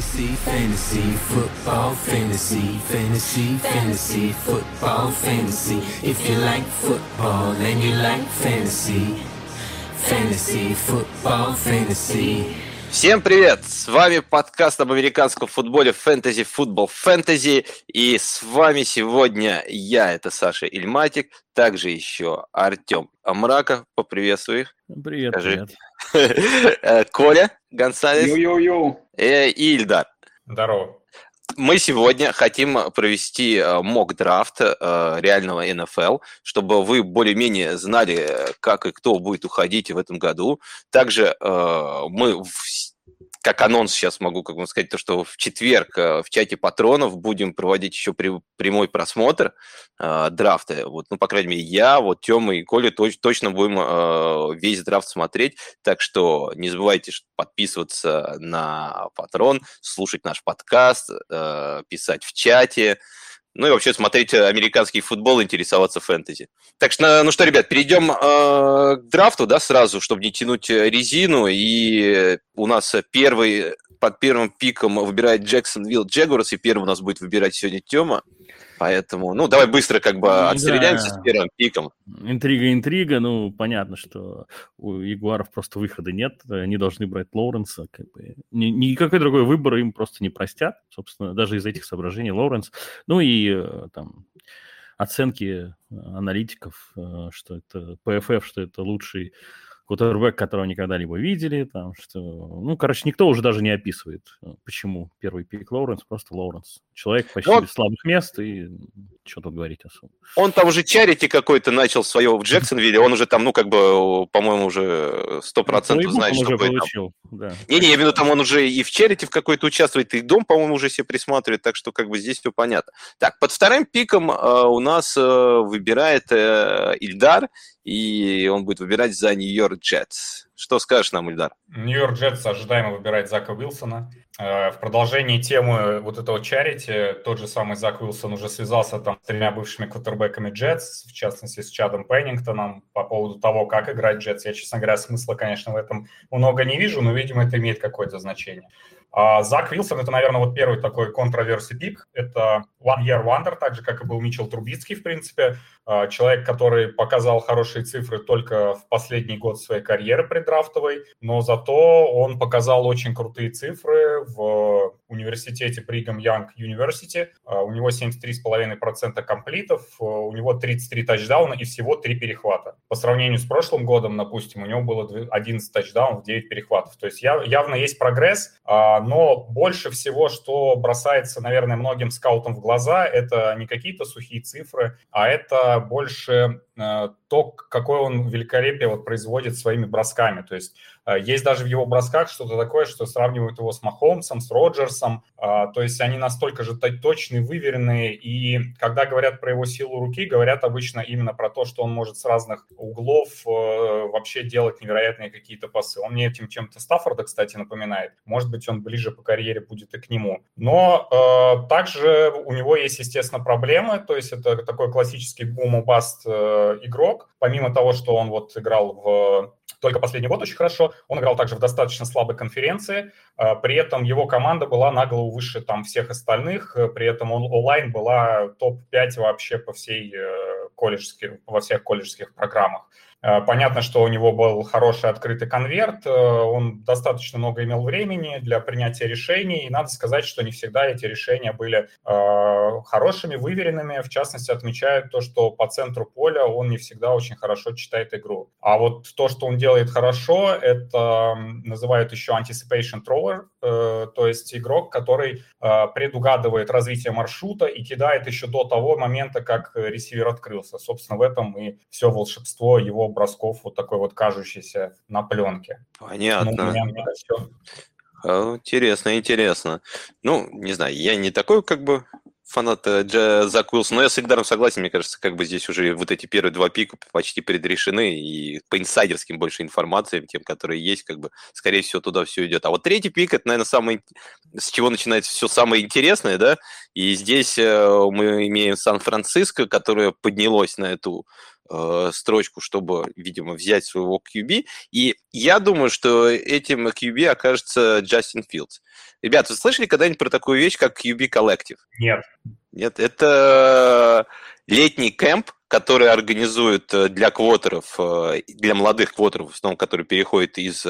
Fantasy, football, fantasy, football, fantasy. If you like football and you like fantasy, football, fantasy. Всем привет! С вами подкаст об американском футболе Fantasy Football Fantasy. И с вами сегодня я, это Саша Ильматик, также еще Артем Амраков. Поприветствуй их. Привет, Скажи. привет. Коля Гонсалес. Йо-йо-йо. И Ильдар. Здорово. Мы сегодня хотим провести мок-драфт реального НФЛ, чтобы вы более-менее знали, как и кто будет уходить в этом году. Также мы, как анонс сейчас могу сказать, то, что в четверг в чате патронов будем проводить еще прямой просмотр драфта. Вот, ну, по крайней мере, я, вот Тёма и Коля точно будем весь драфт смотреть. Так что не забывайте подписываться на Патрон, слушать наш подкаст, писать в чате. Ну и вообще смотреть американский футбол, интересоваться фэнтези. Так что, ну что, ребят, перейдем к драфту, да, сразу, чтобы не тянуть резину. И у нас под первым пиком выбирает Джексонвилл Джегуарс, и первым у нас будет выбирать сегодня Тёма. Поэтому, ну, давай быстро отстреляемся с первым пиком. Интрига. Ну, понятно, что у Ягуаров просто выхода нет. Они должны брать Лоуренса. Никакой другой выбор им просто не простят. Собственно, даже из этих соображений Лоуренс. Ну и там оценки аналитиков, что это PFF, что это лучший квотербэк, которого они когда-либо видели, там, что... Ну, короче, никто уже даже не описывает, почему первый пик Лоуренс, просто Лоуренс. Человек почти без слабых мест, и что тут говорить особо. Он там уже чарити какой-то начал свое в Джексонвилле, он уже там, по-моему, уже 100% знает, что будет там. Да. Не, я имею в виду, там он уже и в чарити в какой-то участвует, и дом, по-моему, уже себе присматривает, так что здесь все понятно. Так, под вторым пиком у нас выбирает Ильдар, и он будет выбирать за Нью-Йорк Джетс. Что скажешь нам, Ильдар? Нью-Йорк Джетс ожидаемо выбирает Зака Уилсона. В продолжении темы вот этого чарити, тот же самый Зак Уилсон уже связался там с 3 бывшими квотербеками Джетс, в частности с Чадом Пеннингтоном, по поводу того, как играть Джетс. Я, честно говоря, смысла, конечно, в этом много не вижу, но, видимо, это имеет какое-то значение. Зак Уилсон – это, наверное, вот первый такой контроверси пик. Это One Year Wonder, так же, как и был Митчелл Трубицкий, в принципе. Человек, который показал хорошие цифры только в последний год своей карьеры преддрафтовой, но зато он показал очень крутые цифры в университете Brigham Young University. У него 73,5% комплитов, у него 33 тачдауна и всего 3 перехвата. По сравнению с прошлым годом, допустим, у него было 11 тачдаунов, 9 перехватов. То есть явно есть прогресс, но больше всего, что бросается, наверное, многим скаутам в глаза, это не какие-то сухие цифры, а это больше то, какое он великолепие производит своими бросками. То есть есть даже в его бросках что-то такое, что сравнивают его с Махомсом, с Роджерсом. То есть они настолько же точные, выверенные. И когда говорят про его силу руки, говорят обычно именно про то, что он может с разных углов вообще делать невероятные какие-то пасы. Он мне этим чем-то Стаффорда, кстати, напоминает. Может быть, он ближе по карьере будет и к нему. Но также у него есть, естественно, проблемы. То есть это такой классический бум-баст игрок. Помимо того, что он играл только последний год очень хорошо, он играл также в достаточно слабой конференции, при этом его команда была на голову выше там всех остальных, при этом онлайн была топ-5 вообще во всех колледжских программах. Понятно, что у него был хороший открытый конверт, он достаточно много имел времени для принятия решений, и надо сказать, что не всегда эти решения были хорошими, выверенными. В частности, отмечают то, что по центру поля он не всегда очень хорошо читает игру. А вот то, что он делает хорошо, это называют еще anticipation thrower, то есть игрок, который предугадывает развитие маршрута и кидает еще до того момента, как ресивер открылся. Собственно, в этом и все волшебство его бросков, такой кажущийся на пленке. Понятно. Ну, у меня все. Интересно. Ну, не знаю, я не такой фанат Зак Уилсона, но я с Ильдаром согласен, мне кажется, здесь уже вот эти первые 2 пика почти предрешены, и по инсайдерским больше информациям, тем, которые есть, скорее всего, туда все идет. А вот 3-й пик, это, наверное, с чего начинается все самое интересное, да, и здесь мы имеем Сан-Франциско, которое поднялось на эту строчку, чтобы, видимо, взять своего QB. И я думаю, что этим QB окажется Джастин Филдс. Ребят, вы слышали когда-нибудь про такую вещь, как QB Collective? Нет. Нет, это летний кэмп, который организуют для квотеров, для молодых квотеров, в основном, которые переходят из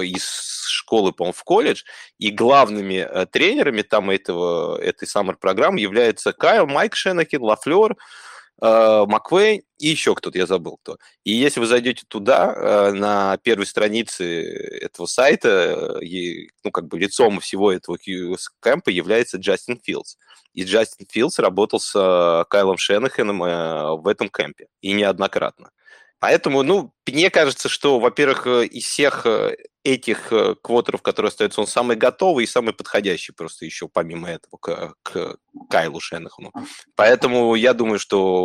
школы, по-моему, в колледж, и главными тренерами там этой саммер-программы являются Кайл, Майк Шенахин, Лафлер, Маквей и еще кто-то, я забыл кто. И если вы зайдете туда, на первой странице этого сайта, лицом всего этого кэмпа является Джастин Филдс. И Джастин Филдс работал с Кайлом Шенахеном в этом кэмпе, и неоднократно. Поэтому, мне кажется, что, во-первых, из всех этих квотеров, которые остаются, он самый готовый и самый подходящий просто еще помимо этого к Кайлу Шенахану. Поэтому я думаю,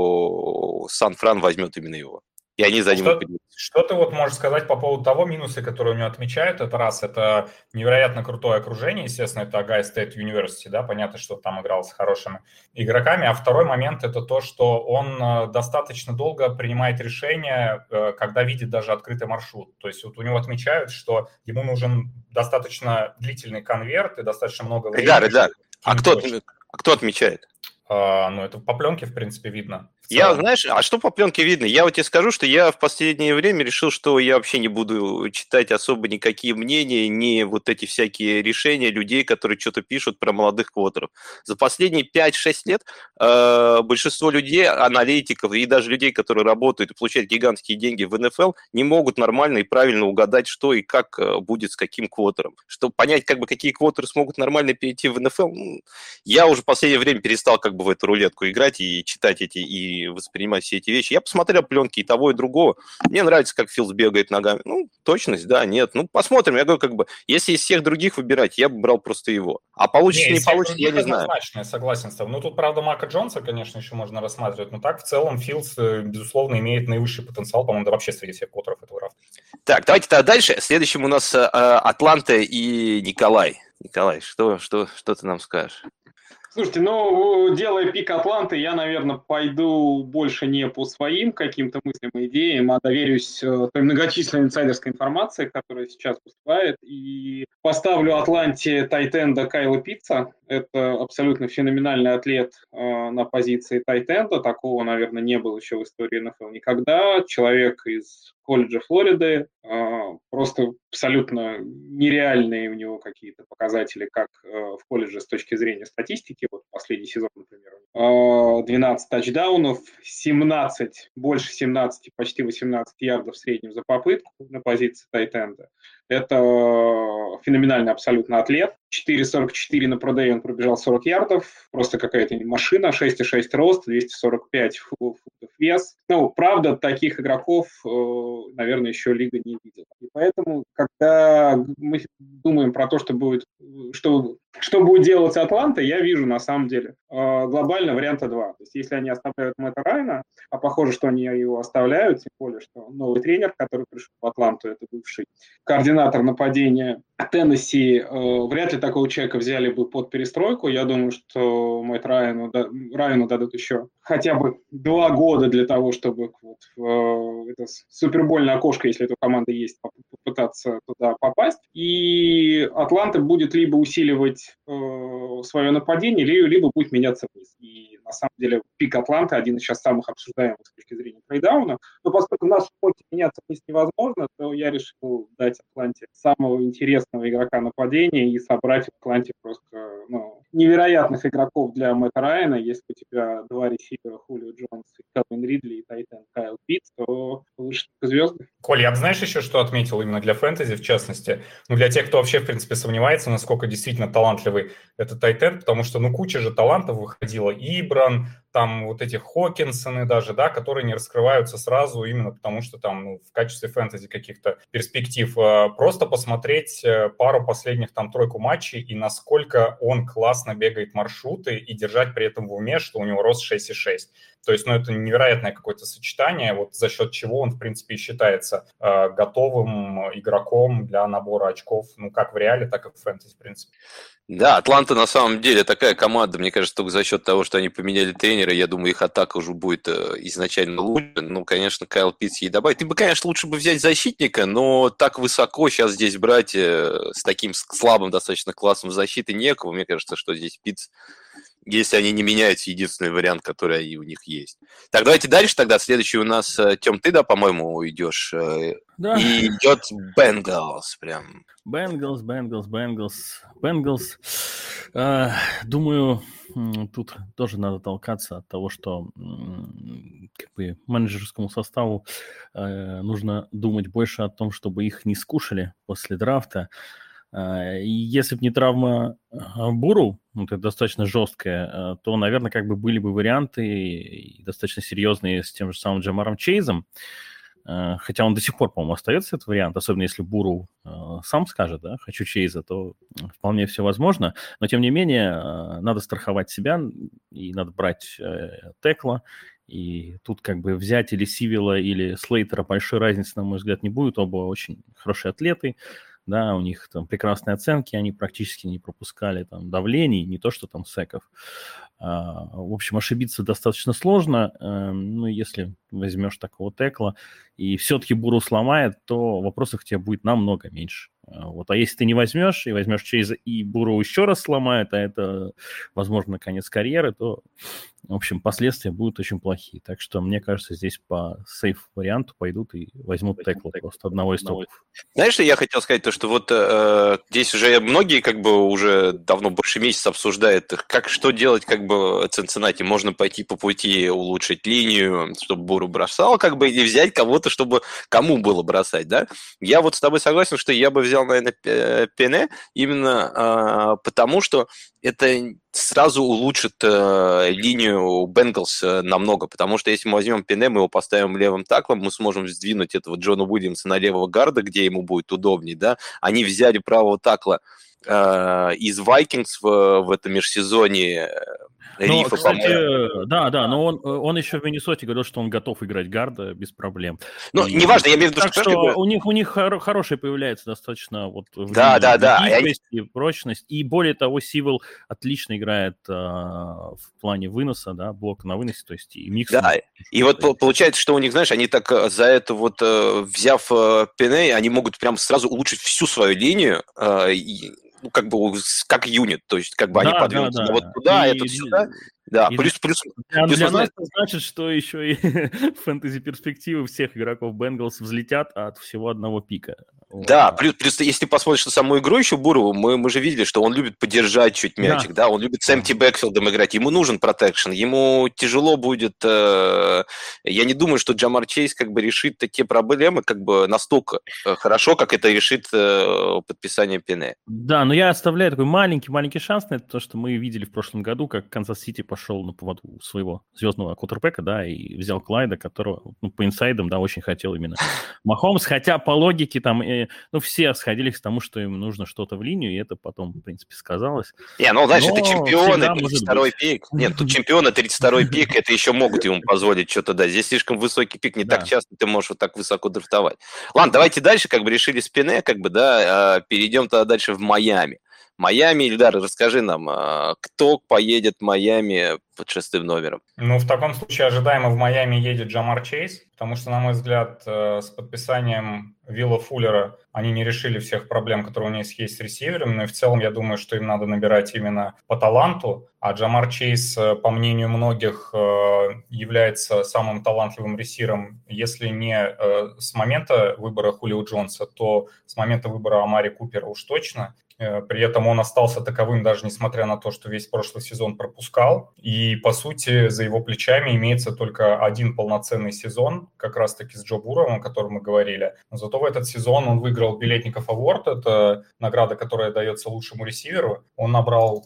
что Сан-Фран возьмет именно его. И они за ним поднимутся. Что ты можешь сказать по поводу того минуса, который у него отмечают? Это раз, это невероятно крутое окружение, естественно, это Ohio State University, да, понятно, что там играл с хорошими игроками. А второй момент – это то, что он достаточно долго принимает решения, когда видит даже открытый маршрут. То есть вот у него отмечают, что ему нужен достаточно длительный конверт и достаточно много времени. Ребят, а кто отмечает? Это по пленке, в принципе, видно. А что по пленке видно? Я вот тебе скажу, что я в последнее время решил, что я вообще не буду читать особо никакие мнения, ни вот эти всякие решения людей, которые что-то пишут про молодых квотеров. За последние 5-6 лет большинство людей, аналитиков и даже людей, которые работают и получают гигантские деньги в НФЛ, не могут нормально и правильно угадать, что и как будет с каким квотером. Чтобы понять, какие квотеры смогут нормально перейти в НФЛ, я уже в последнее время перестал в эту рулетку играть и читать и воспринимать все эти вещи. Я посмотрел пленки и того, и другого. Мне нравится, как Филдс бегает ногами. Точность, да, нет. Посмотрим. Я говорю, если из всех других выбирать, я бы брал просто его. А получится, не получится, я не знаю. Я согласен с тобой. Тут, правда, Мака Джонса, конечно, еще можно рассматривать, но так, в целом, Филдс, безусловно, имеет наивысший потенциал, по-моему, да вообще среди всех квотеров этого рафта. Так, давайте тогда дальше. Следующим у нас Атланта и Николай. Николай, что ты нам скажешь? Слушайте, делая пик Атланты, я, наверное, пойду больше не по своим каким-то мыслям и идеям, а доверюсь той многочисленной инсайдерской информации, которая сейчас поступает, и поставлю Атланте тайтенда Кайла Питтса. Это абсолютно феноменальный атлет на позиции тайтенда. Такого, наверное, не было еще в истории НФЛ никогда. Человек из колледжа Флориды. Просто абсолютно нереальные у него какие-то показатели, как в колледже с точки зрения статистики. Вот последний сезон, например, 12 тачдаунов, больше 17, почти 18 ярдов в среднем за попытку на позиции тайтенда. Это феноменальный абсолютно атлет. 4,44 на продей он пробежал 40 ярдов. Просто какая-то машина. 6,6 рост, 245 футов вес. Правда, таких игроков, наверное, еще лига не видела. И поэтому, когда мы думаем про то, что будет делать Атланта, я вижу, на самом деле, глобально варианта 2. То есть, если они оставляют Мэтта Райана, а похоже, что они его оставляют, тем более, что новый тренер, который пришел в Атланту, это бывший координатор нападения Теннесси, вряд ли такого человека взяли бы под перестройку. Я думаю, что Мэтт Райану дадут еще хотя бы 2 года для того, чтобы это супербольное окошко, если эта команда есть, попытаться туда попасть. И Атланта будет либо усиливать свое нападение, либо будет меняться вниз. И на самом деле пик Атланты один из сейчас самых обсуждаемых с точки зрения трейдауна. Но поскольку в нашем спорте меняться вниз невозможно, то я решил дать Атланте самого интересного игрока нападения и собрать в Атланте просто невероятных игроков для Мэтта Райана. Если у тебя 2 ресивера, Хулио Джонс, Кэлвин Ридли и тайтенд Кайл Питтс, то лучше звезды. Коль, я бы, знаешь, еще что отметил именно для фэнтези, в частности, для тех, кто вообще, в принципе, сомневается, насколько действительно талантливый этот тайтенд, потому что, куча же талантов выходила, Ибран, там вот эти Хокинсоны даже, да, которые не раскрываются сразу именно потому, что там в качестве фэнтези каких-то перспектив. Просто посмотреть пару последних там 3 матчей и насколько он классно бегает маршруты и держать при этом в уме, что у него рост 6,6. То есть, это невероятное какое-то сочетание, вот за счет чего он, в принципе, и считается готовым игроком для набора очков, как в реале, так и в фэнтези, в принципе. Да, Атланта на самом деле такая команда, мне кажется, только за счет того, что они поменяли тренера, я думаю, их атака уже будет изначально лучше. Ну, конечно, Кайл Питтс ей добавить. Ты бы, конечно, лучше бы взять защитника, но так высоко сейчас здесь брать с таким слабым достаточно классом защиты некого. Мне кажется, что здесь Питтс, если они не меняются, единственный вариант, который у них есть. Так, давайте дальше тогда. Следующий у нас, Тём, ты, да, по-моему, идешь. Да. И идет Бенгалс прям. Бенгалс. Думаю, тут тоже надо толкаться от того, что как бы менеджерскому составу нужно думать больше о том, чтобы их не скушали после драфта. И если бы не травма Буру, это достаточно жесткая, то, наверное, как бы были бы варианты достаточно серьезные с тем же самым Джамаром Чейзом. Хотя он до сих пор, по-моему, остается этот вариант, особенно если Буру сам скажет, да, хочу Чейза, то вполне все возможно. Но, тем не менее, надо страховать себя, и надо брать текла. И тут как бы взять или Сивила, или Слейтера большой разницы, на мой взгляд, не будет. Оба очень хорошие атлеты. Да, у них там прекрасные оценки, они практически не пропускали там давлений, не то что там секов. В общем, ошибиться достаточно сложно. Ну, если возьмешь такого текла и все-таки Буру сломает, то вопросов к тебе будет намного меньше. Вот. А если ты не возьмешь, и возьмешь Чейза, и Буру еще раз сломает, а это, возможно, конец карьеры, то, в общем, последствия будут очень плохие. Так что, мне кажется, здесь по сейф-варианту пойдут и возьмут текла просто одного из топов. Знаешь, что я хотел сказать? То, что вот здесь уже многие как бы уже давно больше месяца обсуждают, как что делать как бы Цинциннати. Можно пойти по пути улучшить линию, чтобы Буру бросал, как бы, и взять кого-то, чтобы кому было бросать, да? Я вот с тобой согласен, что я бы взял, наверное, Пене именно потому, что это сразу улучшит линию Бенгалс намного, потому что если мы возьмем Пене, мы его поставим левым таклом, мы сможем сдвинуть этого Джона Уильямса на левого гарда, где ему будет удобнее, да. Они взяли правого такла из Vikings в этом межсезонье. Рифа, кстати, да, но он еще в Миннесоте говорил, что он готов играть гарда без проблем. Ну, неважно, я имею в виду, что у них хорошая появляется достаточно вот гибкость и прочность. И более того, Сивил отлично играет в плане выноса, да, блока на выносе, то есть и микс. Да, и вот получается, что у них, знаешь, они так за это вот, взяв Пене, они могут прям сразу улучшить всю свою линию, ну, как бы, как юнит, то есть, как бы они подвинутся вот туда, это сюда. Да, плюс для нас это значит, что еще и фэнтези-перспективы всех игроков Бенгалс взлетят от всего одного пика. Да, плюс если посмотришь на саму игру еще Буру, мы же видели, что он любит подержать чуть мячик, да, он любит с эмпти бэкфилдом играть, ему нужен протекшн, ему тяжело будет, я не думаю, что Джамар Чейз как бы решит такие проблемы как бы настолько хорошо, как это решит подписание Пене. Да, но я оставляю такой маленький шанс на это, то, что мы видели в прошлом году, как Канзас-Сити пошел на поводу своего звездного квотербека, да, и взял Клайда, которого, ну, по инсайдам, да, очень хотел именно Махомс, хотя по логике там, ну, все сходились к тому, что им нужно что-то в линию, и это потом, в принципе, сказалось. Ну, знаешь, это чемпионы, 32-й пик. Нет, тут чемпионы, 32-й пик, это еще могут ему позволить что-то дать. Здесь слишком высокий пик, не так часто ты можешь вот так высоко драфтовать. Ладно, давайте дальше, как бы решили с Пене, как бы, да, перейдем тогда дальше в Майами. Майами, Ильдар, расскажи нам, кто поедет в Майами под 6-м номером? Ну, в таком случае ожидаемо в Майами едет Джамар Чейз, потому что, на мой взгляд, с подписанием Вилла Фуллера они не решили всех проблем, которые у них есть с ресиверами, но и в целом я думаю, что им надо набирать именно по таланту, а Джамар Чейз, по мнению многих, является самым талантливым ресивером, если не с момента выбора Хулио Джонса, то с момента выбора Амари Купера уж точно. При этом он остался таковым, даже несмотря на то, что весь прошлый сезон пропускал. И, по сути, за его плечами имеется только один полноценный сезон, как раз-таки с Джо Буровым, о котором мы говорили. Но зато в этот сезон он выиграл Билетников Аворд, это награда, которая дается лучшему ресиверу. Он набрал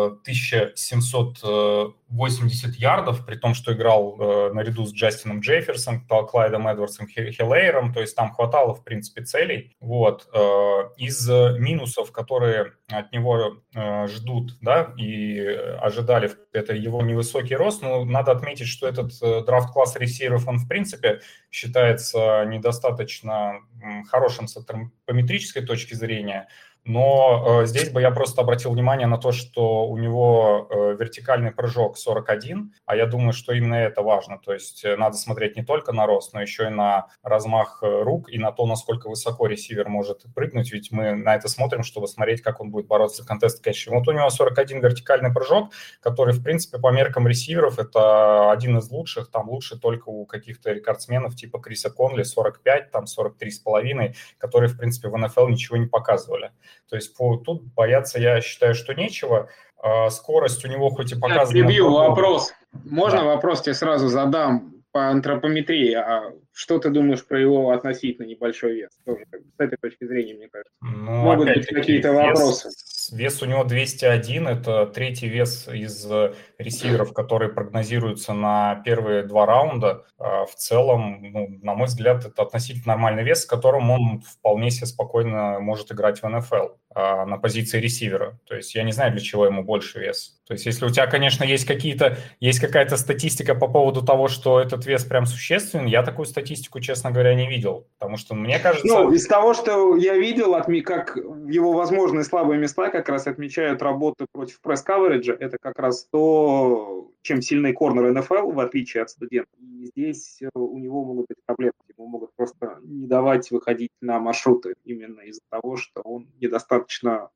1780 ярдов, при том, что играл наряду с Джастином Джефферсом, Клайдом Эдвардсом Хиллейером, то есть там хватало, в принципе, целей. Вот. Из минусов, которые от него ждут, да, и ожидали, это его невысокий рост, но надо отметить, что этот драфт-класс ресиверов, он, в принципе, считается недостаточно хорошим с антропометрической точки зрения. но здесь бы я просто обратил внимание на то, что у него вертикальный прыжок 41, а я думаю, что именно это важно. То есть надо смотреть не только на рост, но еще и на размах рук и на то, насколько высоко ресивер может прыгнуть, ведь мы на это смотрим, чтобы смотреть, как он будет бороться за контест кэч. Вот у него 41 вертикальный прыжок, который, в принципе, по меркам ресиверов, это один из лучших, там лучше только у каких-то рекордсменов типа Криса Конли 45, там 43,5, которые, в принципе, в НФЛ ничего не показывали. То есть тут бояться, я считаю, что нечего. Скорость у него хоть и показана... Прибью вопрос. Можно вопрос тебе сразу задам по антропометрии? А что ты думаешь про его относительно небольшой вес? Тоже, с этой точки зрения, мне кажется. Могут быть какие-то вопросы. Вес у него 201, это третий вес из ресиверов, которые прогнозируются на первые 2 раунда. В целом, на мой взгляд, это относительно нормальный вес, с которым он вполне себе спокойно может играть в НФЛ на позиции ресивера. То есть я не знаю, для чего ему больше вес. То есть если у тебя, конечно, есть какая-то статистика по поводу того, что этот вес прям существенен, я такую статистику, честно говоря, не видел. Потому что мне кажется... из того, что я видел, как его возможные слабые места как раз отмечают работу против пресс-кавериджа, это как раз то, чем сильный корнер НФЛ, в отличие от студентов. И здесь у него могут быть проблемы. Ему могут просто не давать выходить на маршруты именно из-за того, что он недостаточно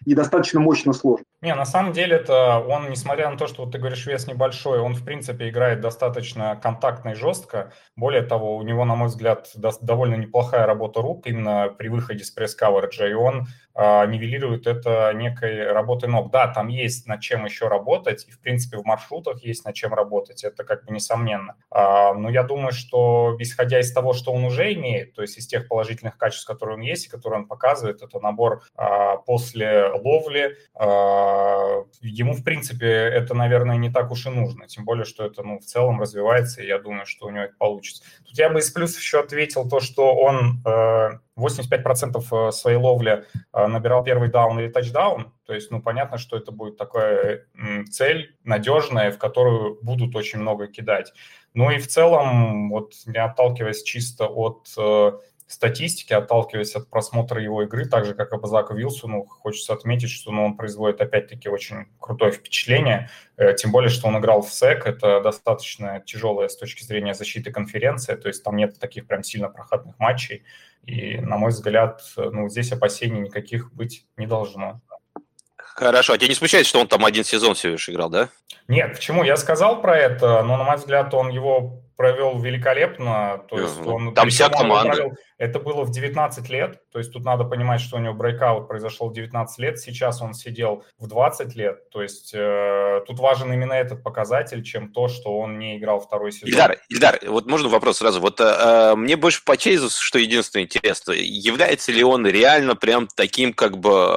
мощно сложен. Не, на самом деле это он, несмотря на то, что вот ты говоришь, вес небольшой, он, в принципе, играет достаточно контактно и жестко. Более того, у него, на мой взгляд, довольно неплохая работа рук именно при выходе с пресс-кавериджа, и он нивелирует это некой работой ног. Да, там есть над чем еще работать, и, в принципе, в маршрутах есть над чем работать, это как бы несомненно. Но я думаю, что, исходя из того, что он уже имеет, то есть из тех положительных качеств, которые он есть и которые он показывает, это набор после ловли, ему, в принципе, это, наверное, не так уж и нужно, тем более, что это, в целом развивается, и я думаю, что у него это получится. Тут я бы из плюсов еще ответил то, что он 85% своей ловли набирал первый даун или тачдаун, то есть, понятно, что это будет такая цель надежная, в которую будут очень много кидать. И в целом, вот не отталкиваясь чисто от статистики, отталкиваясь от просмотра его игры, так же, как и по Заку Вилсону, хочется отметить, что он производит, опять-таки, очень крутое впечатление, тем более, что он играл в СЭК, это достаточно тяжелая с точки зрения защиты конференция, то есть там нет таких прям сильно проходных матчей, и, на мой взгляд, здесь опасений никаких быть не должно. Хорошо, а тебя не смущает, что он там один сезон всего лишь играл, да? Нет, почему? Я сказал про это, но, на мой взгляд, он его провел великолепно. То есть он, там вся команда. Это было в 19 лет, то есть тут надо понимать, что у него брейкаут произошел в 19 лет, сейчас он сидел в 20 лет, то есть тут важен именно этот показатель, чем то, что он не играл второй сезон. Ильдар, вот можно вопрос сразу? Вот мне больше по Чейзу, что единственное интересно, является ли он реально прям таким как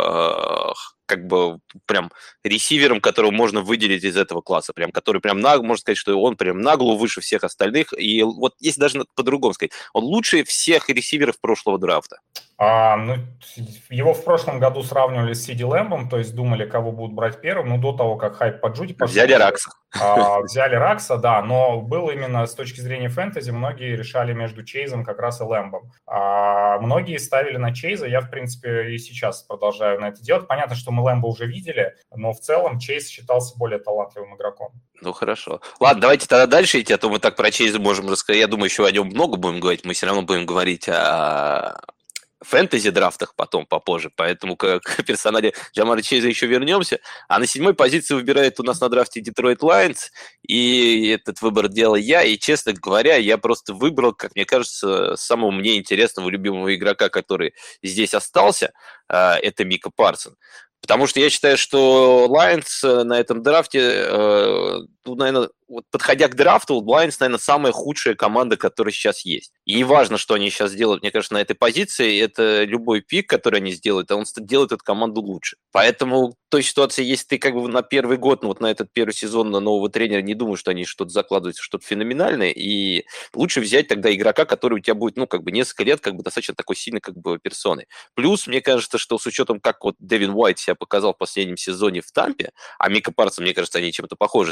бы прям ресивером, которого можно выделить из этого класса, прям, который прям, можно сказать, что он прям нагло выше всех остальных, и вот если даже по-другому сказать, он лучше всех ресиверов прошлого драфта. Его в прошлом году сравнивали с Сиди Лэмбом, то есть думали, кого будут брать первым, до того, как хайп по Джуди пошел. Взяли Ракса. Взяли Ракса, да, но было именно с точки зрения фэнтези, многие решали между Чейзом как раз и Лэмбом. Многие ставили на Чейза, я, в принципе, и сейчас продолжаю на это делать. Понятно, что мы Лэмбо уже видели, но в целом Чейз считался более талантливым игроком. Хорошо. Ладно, давайте тогда дальше идти, а то мы так про Чейза можем рассказать. Я думаю, еще о нем много будем говорить, мы все равно будем говорить о фэнтези-драфтах потом, попозже, поэтому к персонале Джамара Чейза еще вернемся. А на 7-й позиции выбирает у нас на драфте Детройт Лайонс, и этот выбор делал я, и, честно говоря, я просто выбрал, как мне кажется, самого мне интересного, любимого игрока, который здесь остался, это Мика Парсон. Потому что я считаю, что Лайонс на этом драфте, наверное, подходя к драфту, Лайонс, наверное, самая худшая команда, которая сейчас есть. И не важно, что они сейчас делают, мне кажется, на этой позиции, это любой пик, который они сделают, он делает эту команду лучше. Поэтому в той ситуации, если ты как бы на первый год, на этот первый сезон на нового тренера не думаешь, что они что-то закладывают, что-то феноменальное, и лучше взять тогда игрока, который у тебя будет, несколько лет, достаточно такой сильной, персоной. Плюс, мне кажется, что с учетом, как Дэвин Уайт себя показал в последнем сезоне в Тампе, а Мика Парсон, мне кажется, они чем-то похожи с Дэвин Уайтом,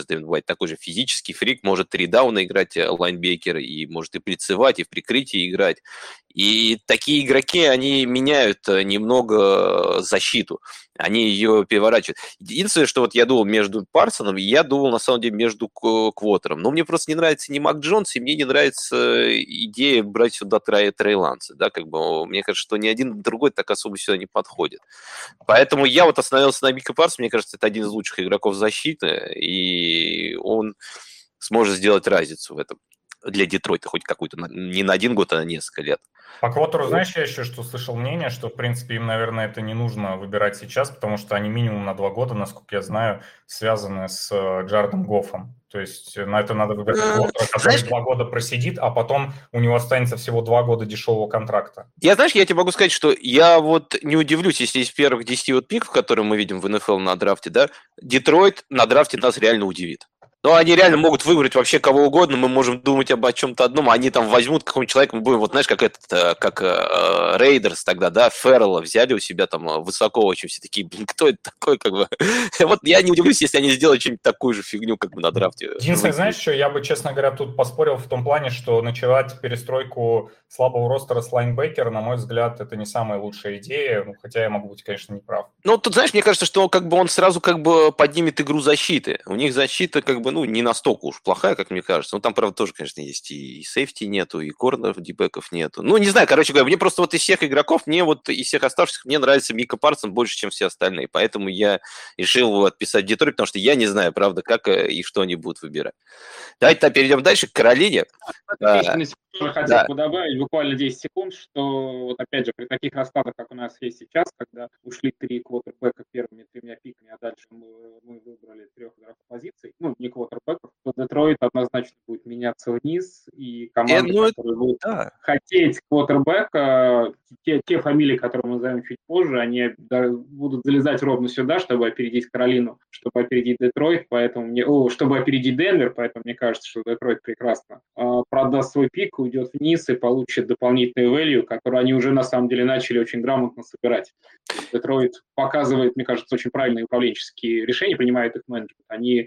играть, такой же физический фрик, может 3 дауна играть лайнбекер, и может и прицевать, и в прикрытии играть. И такие игроки, они меняют немного защиту, они ее переворачивают. Единственное, что вот я думал между Парсоном, я думал, на самом деле, между Квотером. Но мне просто не нравится ни Мак Джонс, и мне не нравится идея брать сюда Трей Ланса. Да, как бы, мне кажется, что ни один, ни другой так особо сюда не подходит. Поэтому я вот остановился на Мика Парсоне. Мне кажется, это один из лучших игроков защиты, и он сможет сделать разницу в этом для Детройта, хоть какую-то, не на 1 год, а на несколько лет. По Квотеру, знаешь, я еще что слышал мнение, что, в принципе, им, наверное, это не нужно выбирать сейчас, потому что они минимум на 2 года, насколько я знаю, связаны с Джаредом Гоффом. То есть на это надо выбирать Квотера, который 2 года просидит, а потом у него останется всего 2 года дешевого контракта. Я тебе могу сказать, что я вот не удивлюсь, если из первых 10 вот пиков, которые мы видим в НФЛ на драфте, да, Детройт на драфте нас реально удивит. Но они реально могут выбрать вообще кого угодно, мы можем думать об чем-то одном, они там возьмут какого-нибудь человека, мы будем, вот знаешь, как Рейдерс тогда, да, Феррелла взяли у себя там высоко очень, все такие, блин, кто это такой, как бы. Вот я не удивлюсь, если они сделают что-нибудь такую же фигню, как бы на драфте. Единственное, знаешь, что я бы, честно говоря, тут поспорил в том плане, что начинать перестройку слабого ростера с лайнбекера, на мой взгляд, это не самая лучшая идея, хотя я могу быть, конечно, неправ. Ну, тут, знаешь, мне кажется, что как бы он сразу как бы поднимет игру защиты. У них защита как бы, не настолько уж плохая, как мне кажется. Ну, там, правда, тоже, конечно, есть и сейфти нету, и корнеров, дибэков нету. Ну, не знаю, короче говоря, мне просто вот из всех игроков, из всех оставшихся, мне нравится Мика Парсон больше, чем все остальные. Поэтому я решил его отписать в Детройт, потому что я не знаю, правда, как и что они будут выбирать. Давайте перейдем дальше к Каролине. Хотел бы добавить буквально 10 секунд, что вот опять же при таких раскладах, как у нас есть сейчас, когда ушли 3 квотербека первыми 3 пиками, а дальше мы выбрали 3 игроков позиций, не квотербеков, то Детройт однозначно будет меняться вниз, и команда, которая будет хотеть квотербека, те фамилии, которые мы назовем чуть позже, они будут залезать ровно сюда, чтобы опередить Каролину, чтобы опередить Детройт, чтобы опередить Денвер, поэтому мне кажется, что Детройт прекрасно продаст свой пик, уйдет вниз и получит дополнительный value, который они уже на самом деле начали очень грамотно собирать. Детройт показывает, мне кажется, очень правильные управленческие решения, принимает их менеджмент. Они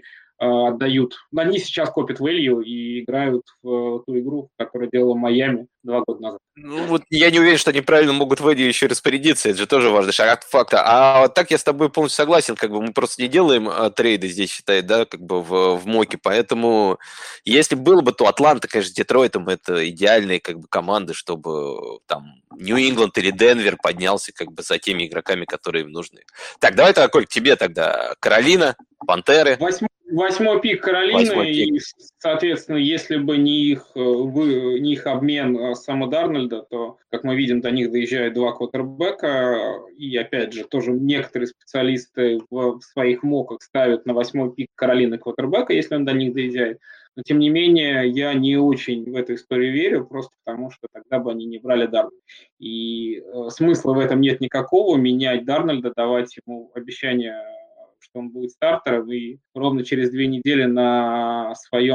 они сейчас копят value и играют в ту игру, которую делала Майами 2 года назад. Ну, вот я не уверен, что они правильно могут value еще распорядиться, это же тоже важный шаг факта. А вот так я с тобой полностью согласен, как бы мы просто не делаем трейды здесь, считай, да, как бы в моке, поэтому если было бы, то Атланта, конечно, с Детройтом это идеальные как бы команды, чтобы там Нью-Ингланд или Денвер поднялся как бы за теми игроками, которые им нужны. Так, давай тогда, Коль, к тебе тогда Каролина, Пантеры. 8-й пик Каролины, и, соответственно, если бы не их обмен Сэма Дарнольда, то, как мы видим, до них доезжают 2 квотербека, и, опять же, тоже некоторые специалисты в своих моках ставят на 8-й пик Каролины квотербека, если он до них доезжает. Но, тем не менее, я не очень в эту историю верю, просто потому что тогда бы они не брали Дарнольда. И смысла в этом нет никакого, менять Дарнольда, давать ему обещание, что он будет стартером, и ровно через 2 недели на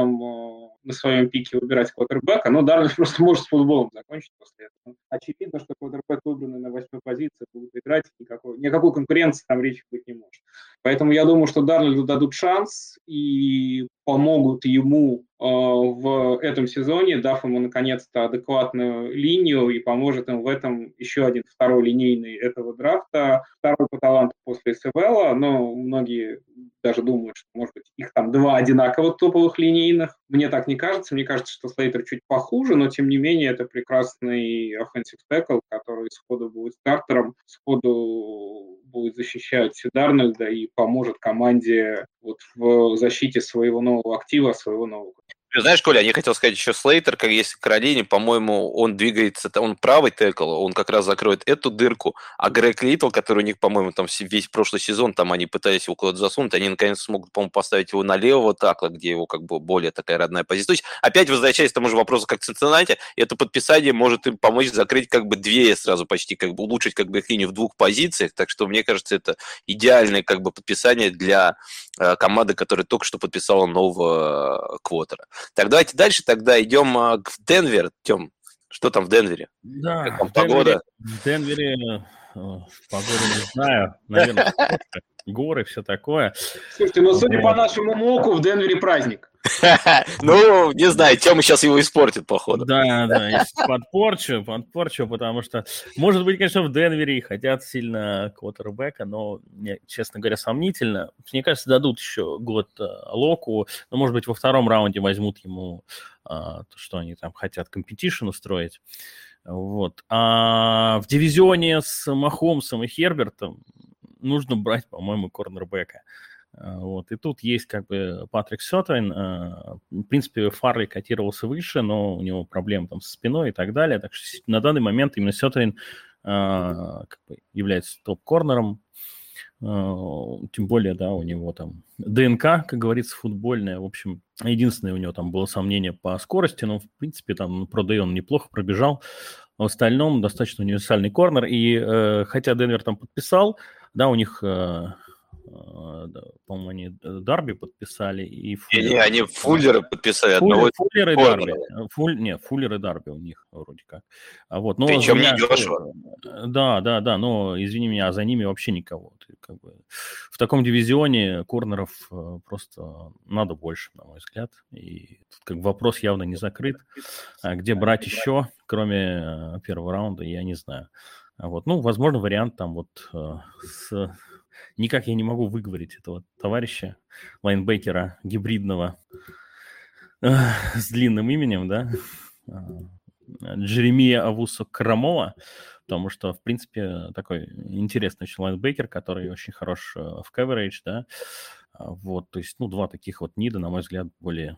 своем пике выбирать квотербека. Но Дарнольд просто может с футболом закончить после этого. Очевидно, что квотербек, выбранный на 8-й позиции, будет играть, никакой конкуренции там речи быть не может. Поэтому я думаю, что Дарнольду дадут шанс и помогут ему в этом сезоне, дав ему наконец-то адекватную линию, и поможет им в этом еще один второй линейный этого драфта, второй по таланту после СВЛ, но многие даже думают, что, может быть, их там 2 одинаковых топовых линейных. Мне так не кажется. Мне кажется, что Слейтер чуть похуже, но, тем не менее, это прекрасный offensive tackle, который сходу будет стартером, сходу будет защищать Дарнольда и поможет команде вот в защите своего нового актива, своего нового. Знаешь, Коля, я хотел сказать еще Слейтер, как если к Каролине, по-моему, он двигается, он правый текл, он как раз закроет эту дырку, а Грег Литтл, который у них, по-моему, там весь прошлый сезон, там они пытались его куда-то засунуть, они наконец смогут, по-моему, поставить его на левого такла, где его как бы более такая родная позиция. То есть, опять возвращаясь к тому же вопросу, как в Цинциннати, это подписание может им помочь закрыть как бы 2 сразу почти, как бы улучшить как бы их линию в 2 позициях, так что, мне кажется, это идеальное как бы подписание для команды, которая только что подписала нового квотера. Так, давайте дальше тогда идем в Денвер. Тем, что там в Денвере? Да, как там погода? В Денвере погода не знаю, наверное. горы, все такое. Слушайте, ну, судя по нашему моку, в Денвере праздник. Ну, не знаю, Тёма сейчас его испортит, походу. Да, подпорчу, потому что, может быть, конечно, в Денвере и хотят сильно квотербека, но, мне, честно говоря, сомнительно. Мне кажется, дадут еще год Локу, но, может быть, во втором раунде возьмут ему то, что они там хотят компетишн устроить. Вот. А в дивизионе с Махомсом и Хербертом нужно брать, по-моему, корнербека. Вот. И тут есть как бы Патрик Сёртейн. В принципе, Фарли котировался выше, но у него проблемы там со спиной и так далее. Так что на данный момент именно Сёртейн как бы является топ-корнером. Тем более, да, у него там ДНК, как говорится, футбольная. В общем, единственное у него там было сомнение по скорости, но, в принципе, там Pro Day он неплохо пробежал. В остальном достаточно универсальный корнер. И хотя Денвер там подписал, да, у них... по-моему, они Дарби подписали и Фуллер. Не, они Фуллера подписали одного. Фуллер и Дарби. Фуллер и Дарби у них вроде как. Вот. Но причем не дешево. Да, но, извини меня, а за ними вообще никого. Как бы, в таком дивизионе корнеров просто надо больше, на мой взгляд. И тут как бы вопрос явно не закрыт. А где брать еще, кроме первого раунда, я не знаю. Вот. Ну, возможно, вариант там вот с... Никак я не могу выговорить этого товарища, лайнбекера гибридного с длинным именем, да, Джеремия Авусо-Карамоа, потому что, в принципе, такой интересный очень лайнбекер, который очень хорош в coverage, да, вот, то есть, ну, два таких вот нида, на мой взгляд, более...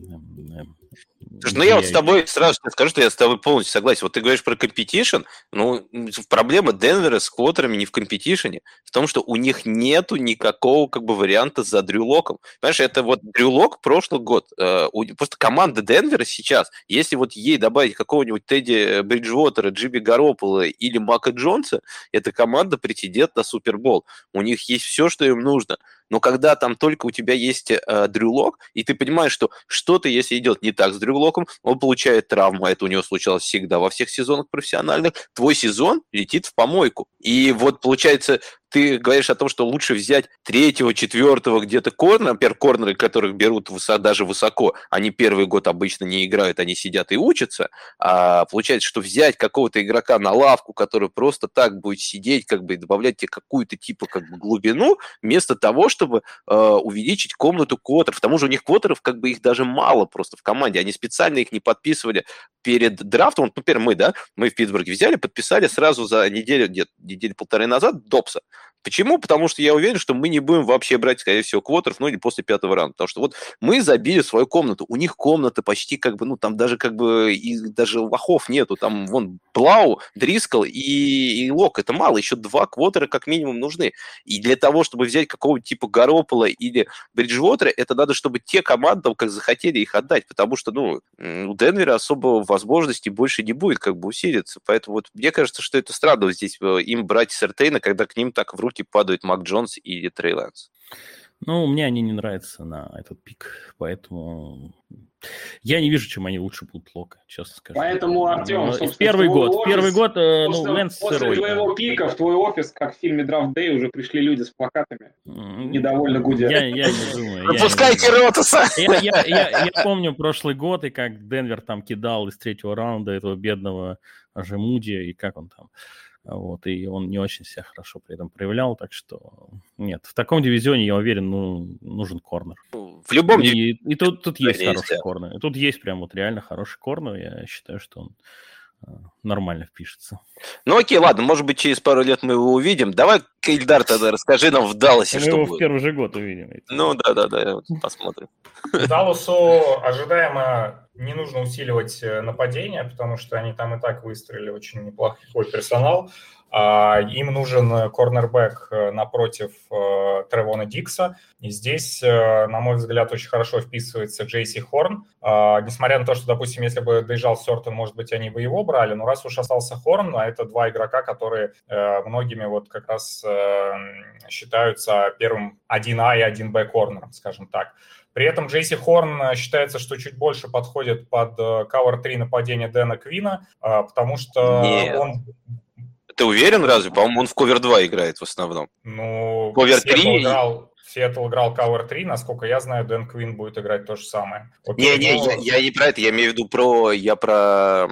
Слушай, ну я вот с тобой сразу скажу, что я с тобой полностью согласен. Вот ты говоришь про компетишн, ну, проблема Денвера с квотерами не в компетишне, в том, что у них нету никакого как бы варианта за Дрю Локом. Понимаешь, это вот Дрю Лок прошлый год. Просто команда Денвера сейчас, если вот ей добавить какого-нибудь Тедди Бриджвотера, Джимми Гаропола или Мака Джонса, эта команда претендент на Супербол. У них есть все, что им нужно. Но когда там только у тебя есть Дрю Лок, и ты понимаешь, что что-то, если идет не так с Дрю Локом, он получает травму, это у него случалось всегда во всех сезонах профессиональных, твой сезон летит в помойку. И вот получается... Ты говоришь о том, что лучше взять третьего, четвертого где-то корнера, например, корнеры, которых берут даже высоко, они первый год обычно не играют, они сидят и учатся, а получается, что взять какого-то игрока на лавку, который просто так будет сидеть, как бы добавлять тебе какую-то типа как бы глубину, вместо того, чтобы увеличить комнату квотеров. К тому же у них квотеров как бы их даже мало просто в команде, они специально их не подписывали перед драфтом. Вот, например, мы в Питтсбурге взяли, подписали сразу за неделю, где-то недели полторы назад Добса. Почему? Потому что я уверен, что мы не будем вообще брать, скорее всего, квотеров, ну или после пятого раунда. Потому что вот мы забили свою комнату. У них комната почти как бы, ну там даже как бы и даже лохов нету. Там вон Блау, Дрискл и Лок. Это мало. Еще два квотера как минимум нужны. И для того, чтобы взять какого-то типа Гаропола или Бриджвотера, это надо, чтобы те команды как захотели их отдать. Потому что, ну, у Денвера особо возможностей больше не будет как бы усилиться. Поэтому вот мне кажется, что это странно здесь им брать Сёртейна, когда к ним так в руки падают Мак Джонс и Трей Лэнс. Ну, мне они не нравятся на этот пик, поэтому я не вижу, чем они лучше будут Лока, честно скажу. Поэтому, Артем, первый год, ну, Лэнс после сырой. После твоего пика в твой офис, как в фильме Draft Day, уже пришли люди с плакатами, недовольно гудя. Я не думаю. Выпускайте Ротуса! Я помню прошлый год, и как Денвер там кидал из третьего раунда этого бедного Муди, и как он там... Вот, и он не очень себя хорошо при этом проявлял, так что нет, в таком дивизионе, я уверен, нужен корнер. В любом дивизионе. И тут есть хороший корнер. Тут есть прям вот реально хороший корнер, я считаю, что он нормально впишется. Ну окей, ладно, может быть, через пару лет мы его увидим. Давай, Ильдар, тогда расскажи нам в Далласе, что будет. Мы его в первый же год увидим. Ну да, посмотрим. Далласу ожидаемо не нужно усиливать нападение, потому что они там и так выстроили очень неплохой персонал. Им нужен корнербэк напротив Тревона Дикса. И здесь, на мой взгляд, очень хорошо вписывается Джейси Хорн. Несмотря на то, что, допустим, если бы доезжал Сёртейн, может быть, они бы его брали. Но раз уж остался Хорн, это два игрока, которые многими вот как раз считаются первым 1А и 1Б корнером, скажем так. При этом Джейси Хорн считается, что чуть больше подходит под cover 3 нападения Дэна Квина, потому что он... Ты уверен разве? По-моему, он в ковер 2 играет в основном. Ну, Ковер 3... Сиэтл играл Cover 3, насколько я знаю, Дэн Квин будет играть то же самое. Окей, я не про это, я имею в виду про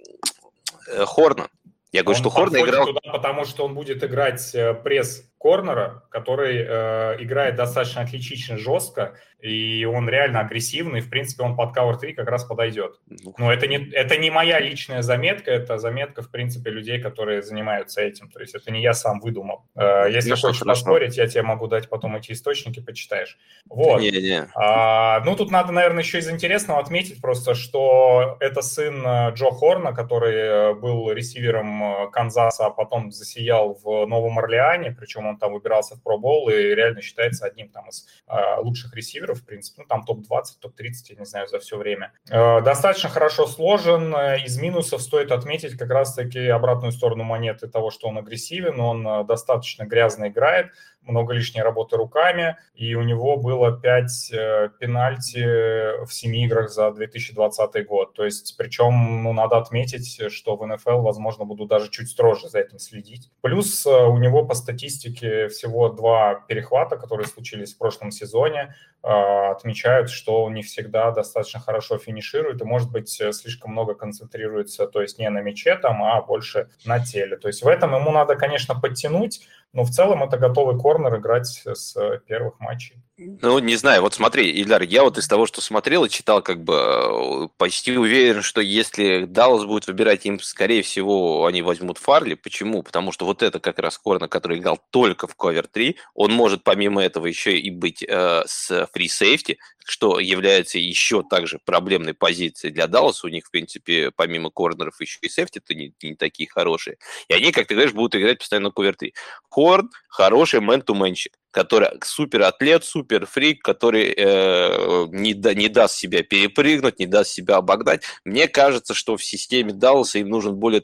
Хорна. Я говорю, что Хорн играл... туда, потому что он будет играть пресс-корнера, который играет достаточно отлично жестко, и он реально агрессивный, в принципе, он под Cover 3 как раз подойдет. Но это не моя личная заметка, это заметка, в принципе, людей, которые занимаются этим. То есть это не я сам выдумал. Если хочешь поспорить, я тебе могу дать потом эти источники, почитаешь. Вот. Ну, тут надо, наверное, еще из интересного отметить просто, что это сын Джо Хорна, который был ресивером Канзаса, а потом засиял в Новом Орлеане, причем он там выбирался в Pro Bowl и реально считается одним там из лучших ресиверов, в принципе, ну, там топ-20, топ-30, я не знаю, за все время. Достаточно хорошо сложен. Из минусов стоит отметить как раз-таки обратную сторону монеты того, что он агрессивен, он достаточно грязно играет, много лишней работы руками, и у него было 5 пенальти в 7 играх за 2020 год. То есть, причем, ну, надо отметить, что в НФЛ, возможно, буду даже чуть строже за этим следить. Плюс у него по статистике всего 2 перехвата, которые случились в прошлом сезоне. Отмечают, что он не всегда достаточно хорошо финиширует и, может быть, слишком много концентрируется, то есть не на мяче там, а больше на теле. То есть в этом ему надо, конечно, подтянуть, но в целом это готовый корнер играть с первых матчей. Ну, не знаю, вот смотри, Ильдар, я вот из того, что смотрел и читал, как бы почти уверен, что если Даллас будет выбирать, им, скорее всего, они возьмут Фарли. Почему? Потому что вот это как раз корнер, который играл только в Cover 3, он может помимо этого еще и быть с free safety, что является еще также проблемной позицией для Далласа. У них, в принципе, помимо корнеров еще и сейфти-то не такие хорошие. И они, как ты говоришь, будут играть постоянно на Cover 3. Хорн хороший мэн-ту-мэнщик, который супер-атлет, супер-фрик, который не даст себя перепрыгнуть, не даст себя обогнать. Мне кажется, что в системе Далласа им нужен более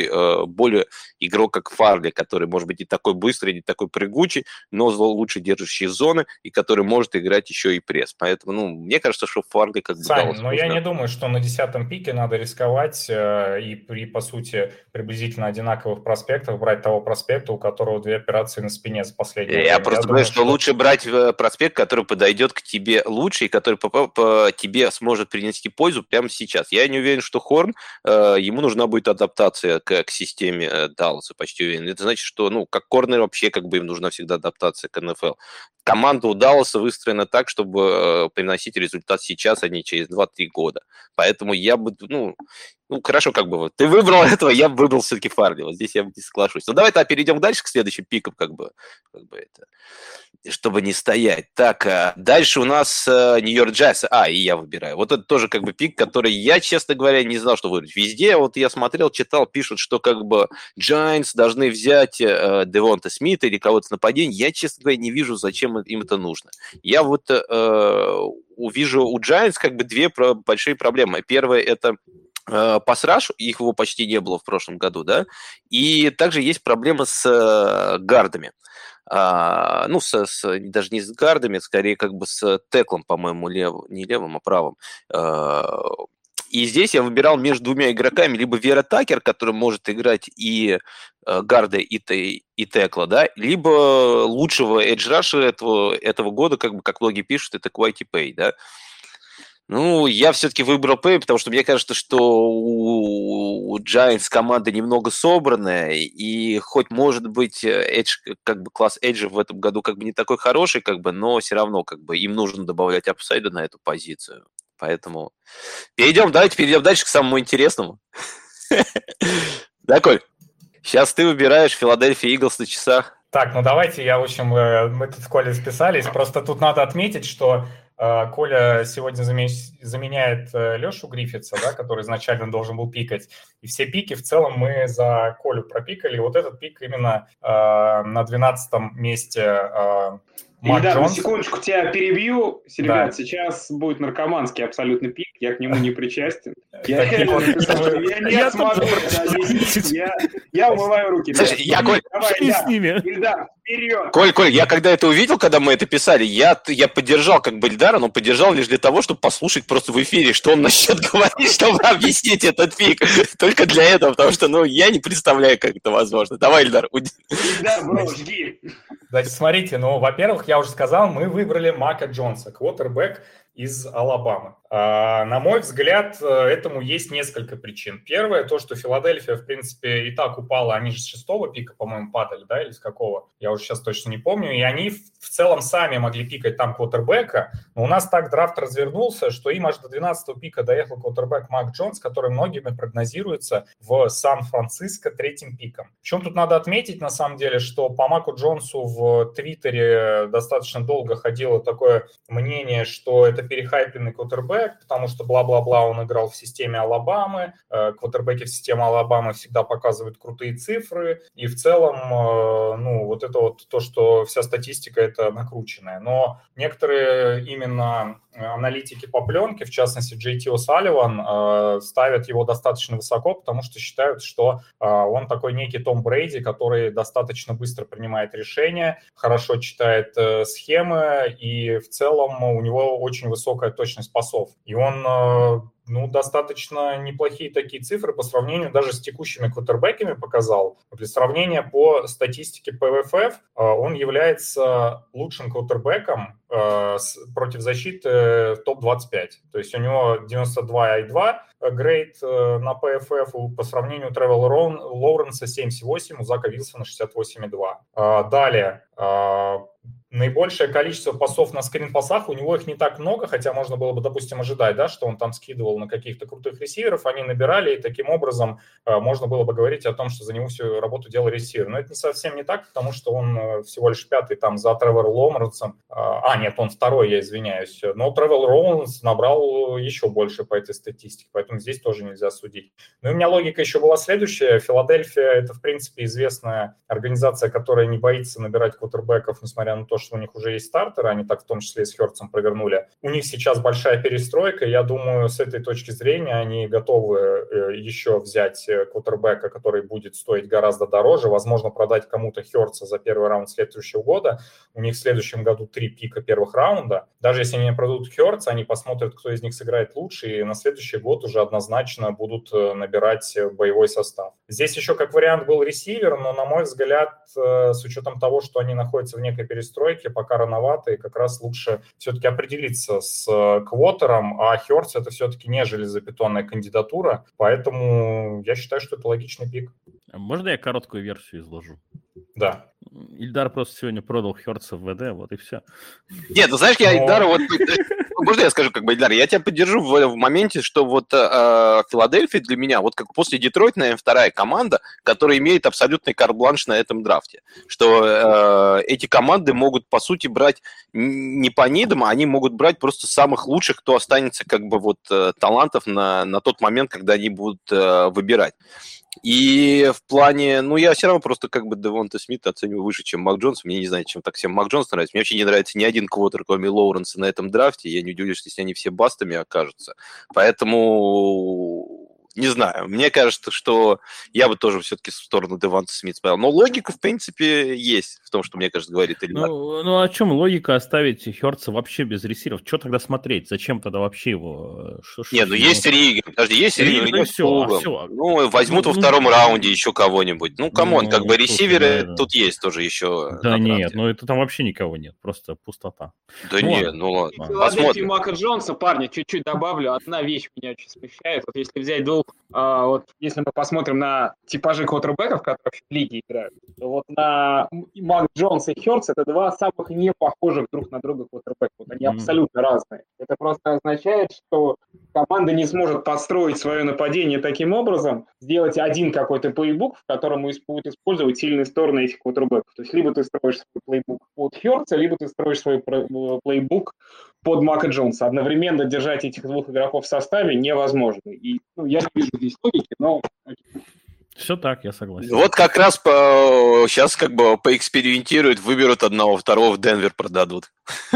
игрок, как Фарли, который, может быть, не такой быстрый, не такой прыгучий, но лучше держащий зоны, и который может играть еще и пресс. Поэтому, ну, мне кажется, что Фарли как бы Сань, но я не думаю, что на 10-м пике надо рисковать и при, по сути, приблизительно одинаковых проспектах брать того проспекта, у которого 2 операции на спине за последнее время. Я просто думаю, что лучше брать проспект, который подойдет к тебе лучше и который по тебе сможет принести пользу прямо сейчас. Я не уверен, что Хорн, ему нужна будет адаптация к системе Далласа, почти уверен. Это значит, что, ну, как корнер вообще как бы им нужна всегда адаптация к НФЛ. Команда у Далласа выстроена так, чтобы приносить результат сейчас, а не через 2-3 года. Поэтому я бы, ну, хорошо, как бы, ты выбрал этого, я бы выбрал все-таки Фарли. Вот здесь я не соглашусь. Ну, давай-то перейдем дальше к следующим пикам, как бы это, чтобы не стоять. Так, дальше у нас Нью-Йорк Джайанс. И я выбираю. Вот это тоже как бы пик, который я, честно говоря, не знал, что выбрать. Везде, вот я смотрел, читал, пишут, что как бы Giants должны взять Девонта Смита или кого-то с нападения. Я, честно говоря, не вижу, зачем им это нужно. Я вот увижу у Giants как бы 2 большие проблемы. Первая – это пас-раш, их его почти не было в прошлом году, да, и также есть проблема с гардами. Даже не с гардами, скорее как бы с теклом, по-моему, не левым, а правым. И здесь я выбирал между 2 игроками, либо Вера Такер, который может играть и гарда, и текла, да, либо лучшего эдж-раша этого года, как бы, как многие пишут, это Квайти Пэй, да. Ну, я все-таки выбрал Пэй, потому что мне кажется, что у Giants команда немного собранная, и хоть, может быть, Edge, как бы класс Эджа в этом году как бы не такой хороший, как бы, но все равно как бы им нужно добавлять апсайда на эту позицию. Поэтому давайте перейдем дальше к самому интересному. Да, Коль, сейчас ты выбираешь Филадельфия Иглс на часах. Так, ну давайте в общем, мы тут с Колей списались, просто тут надо отметить, что Коля сегодня заменяет Лешу Гриффитса, да, который изначально должен был пикать. И все пики в целом мы за Колю пропикали. И вот этот пик именно на 12-м месте Мак Ильдар, на Джонс. секундочку тебя перебью. Да. Ребят, сейчас будет наркоманский абсолютный пик, я к нему не причастен. Я Такие вот написал, что первые- я не Я смогу тоже это объяснить. Я умываю руки. Слушай, я, Коль, Давай, Что с ними? Ильдар, вперед! Коль, я когда это увидел, когда мы это писали, я поддержал как бы Ильдара, но поддержал лишь для того, чтобы послушать просто в эфире, что он насчет говорит, чтобы объяснить этот пик. Только для этого, потому что, я не представляю, как это возможно. Давай, Ильдар. Ильдар, бро, жги. Значит, смотрите, во-первых, я уже сказал, мы выбрали Мака Джонса, квотербэк из Алабамы. На мой взгляд, этому есть несколько причин. Первое, то, что Филадельфия, в принципе, и так упала, они же с 6-го пика, по-моему, падали, да, или с какого, я уже сейчас точно не помню, и они в целом сами могли пикать там квотербека, но у нас так драфт развернулся, что им аж до 12-го пика доехал квотербек Мак Джонс, который многими прогнозируется в Сан-Франциско 3-м пиком. Причем тут надо отметить, на самом деле, что по Маку Джонсу в Твиттере достаточно долго ходило такое мнение, что это перехайпленный квотербек, потому что бла-бла-бла он играл в системе Алабамы, квотербеки в системе Алабамы всегда показывают крутые цифры, и в целом, вот это вот то, что вся статистика это накрученная. Но некоторые именно аналитики по пленке, в частности JT О'Салливан, ставят его достаточно высоко, потому что считают, что он такой некий Том Брейди, который достаточно быстро принимает решения, хорошо читает схемы, и в целом у него очень высокая точность пасов. И он достаточно неплохие такие цифры по сравнению даже с текущими квотербеками показал. Для сравнения, по статистике PFF он является лучшим квотербеком против защиты в топ-25. То есть у него 92,2 грейд на PFF, по сравнению Тревора Лоуренса 7,8, у Зака Вилсона 68,2. Далее, наибольшее количество пасов на скрин-пасах, у него их не так много, хотя можно было бы, допустим, ожидать, да, что он там скидывал на каких-то крутых ресиверов, они набирали, и таким образом можно было бы говорить о том, что за него всю работу делал ресивер. Но это не совсем не так, потому что он всего лишь 5-й там за Тревором Лоуренсом. Нет, он 2-й, я извиняюсь. Но Тревор Лоуренс набрал еще больше по этой статистике, поэтому здесь тоже нельзя судить. Ну и у меня логика еще была следующая. Филадельфия – это, в принципе, известная организация, которая не боится набирать квотербеков, несмотря на то, что у них уже есть стартеры, они так в том числе и с Хёртсом провернули. У них сейчас большая перестройка, я думаю, с этой точки зрения они готовы еще взять квотербека, который будет стоить гораздо дороже, возможно, продать кому-то Хёртса за первый раунд следующего года. У них в следующем году 3 пика первых раунда. Даже если они продадут Хёртса, они посмотрят, кто из них сыграет лучше, и на следующий год уже однозначно будут набирать боевой состав. Здесь еще как вариант был ресивер, но, на мой взгляд, с учетом того, что они находятся в некой перестройке, пока рановато, и как раз лучше все-таки определиться с квотером, а Хёртс это все-таки не железобетонная кандидатура, поэтому я считаю, что это логичный пик. Можно я короткую версию изложу? Да. Ильдар просто сегодня продал Хёртса в ВД, вот и все. Нет, знаешь, я Ильдару можно я скажу, Ильдар, я тебя поддержу в моменте, что Филадельфия для меня, как после Детройта, наверное, вторая команда, которая имеет абсолютный карт-бланш на этом драфте. Что эти команды могут, по сути, брать не по нидам, а они могут брать просто самых лучших, кто останется талантов на тот момент, когда они будут выбирать. И в плане, я все равно просто Девонта Смита оцениваю выше, чем Мак Джонс. Мне не знаю, чем так всем Мак Джонс нравится. Мне вообще не нравится ни один квотер, кроме Лоуренса, на этом драфте. Я не удивлюсь, если они все бастами окажутся. Поэтому... Не знаю, мне кажется, что я бы тоже все-таки в сторону Девонта Смита смотрел. Но логика, в принципе, есть в том, что, мне кажется, говорит Ильдар. Ну, о чем логика оставить Хёртса вообще без ресиверов? Что тогда смотреть? Зачем тогда вообще его? Есть Риган. Подожди, есть Риган. Все. Возьмут во втором раунде еще кого-нибудь. Камон, ресиверы тут есть тоже еще. Да нет, это там вообще никого нет, просто пустота. Да нет, ладно. Филадельфия Мака Джонса, парни, чуть-чуть добавлю. Одна вещь меня очень смущает. Вот если взять двух, если мы посмотрим на типажи квотербеков, которые в лиге играют, то на Мак Джонс и Хёртс это два самых не похожих друг на друга квотербека. Они абсолютно разные. Это просто означает, что команда не сможет построить свое нападение таким образом, сделать один какой-то плейбук, в котором будет использовать сильные стороны этих квотербеков. То есть либо ты строишь свой плейбук под Хёртса, либо ты строишь свой плейбук под Мака Джонса. Одновременно держать этих двух игроков в составе невозможно. И я не вижу здесь логики, но... Все так, я согласен. Вот как раз сейчас как бы поэкспериментируют, выберут одного, второго в Денвер продадут.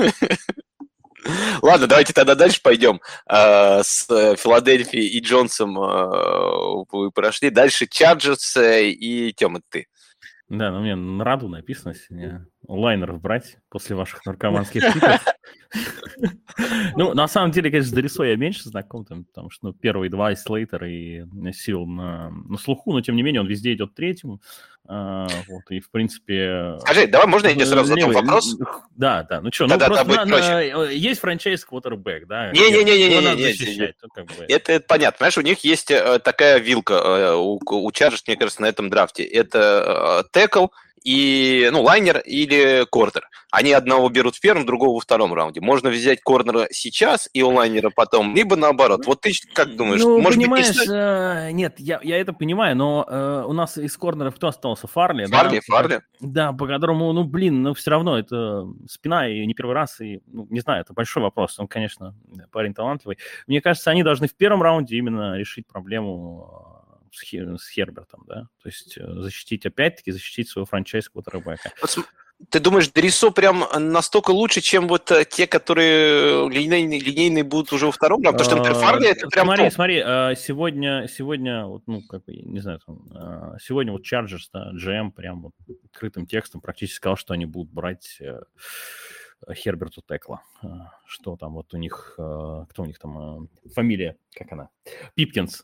Ладно, давайте тогда дальше пойдем. С Филадельфией и Джонсом вы прошли. Дальше Чарджерс и Тёма, ты. Да, но мне на роду написано сегодня лайнеров брать после ваших наркоманских пиков. Ну, на самом деле, конечно, с Дорисой я меньше знаком, потому что первые два и Слейтер, и Сил на слуху, но тем не менее он везде идет третьим. Вот, и, в принципе... Скажи, давай, можно я тебе сразу задам вопрос? Да, ну что, есть франчайз-квотербэк, да? Не-не-не. Это понятно. Понимаешь, у них есть такая вилка у Чарджерс, мне кажется, на этом драфте. Это текл и, лайнер или корнер. Они одного берут в первом, другого во втором раунде. Можно взять корнера сейчас и у лайнера потом, либо наоборот. Вот ты как думаешь? Может понимаешь, нет, я это понимаю, но у нас из корнеров кто остался? Фарли? Фарли. Да, по которому, все равно это спина и не первый раз, и, не знаю, это большой вопрос. Он, конечно, парень талантливый. Мне кажется, они должны в первом раунде именно решить проблему с Хербертом, да, то есть защитить своего франчайз-квотербэка. Ты думаешь, Дорисо прям настолько лучше, чем вот те, которые линейные будут уже во втором раунде? Потому что, например, Фарли это прям Смотри, сегодня, вот, не знаю, сегодня вот Chargers, да, GM прям вот открытым текстом практически сказал, что они будут брать Херберту текла. Что там вот у них, кто у них там, фамилия, как она? Пипкинс.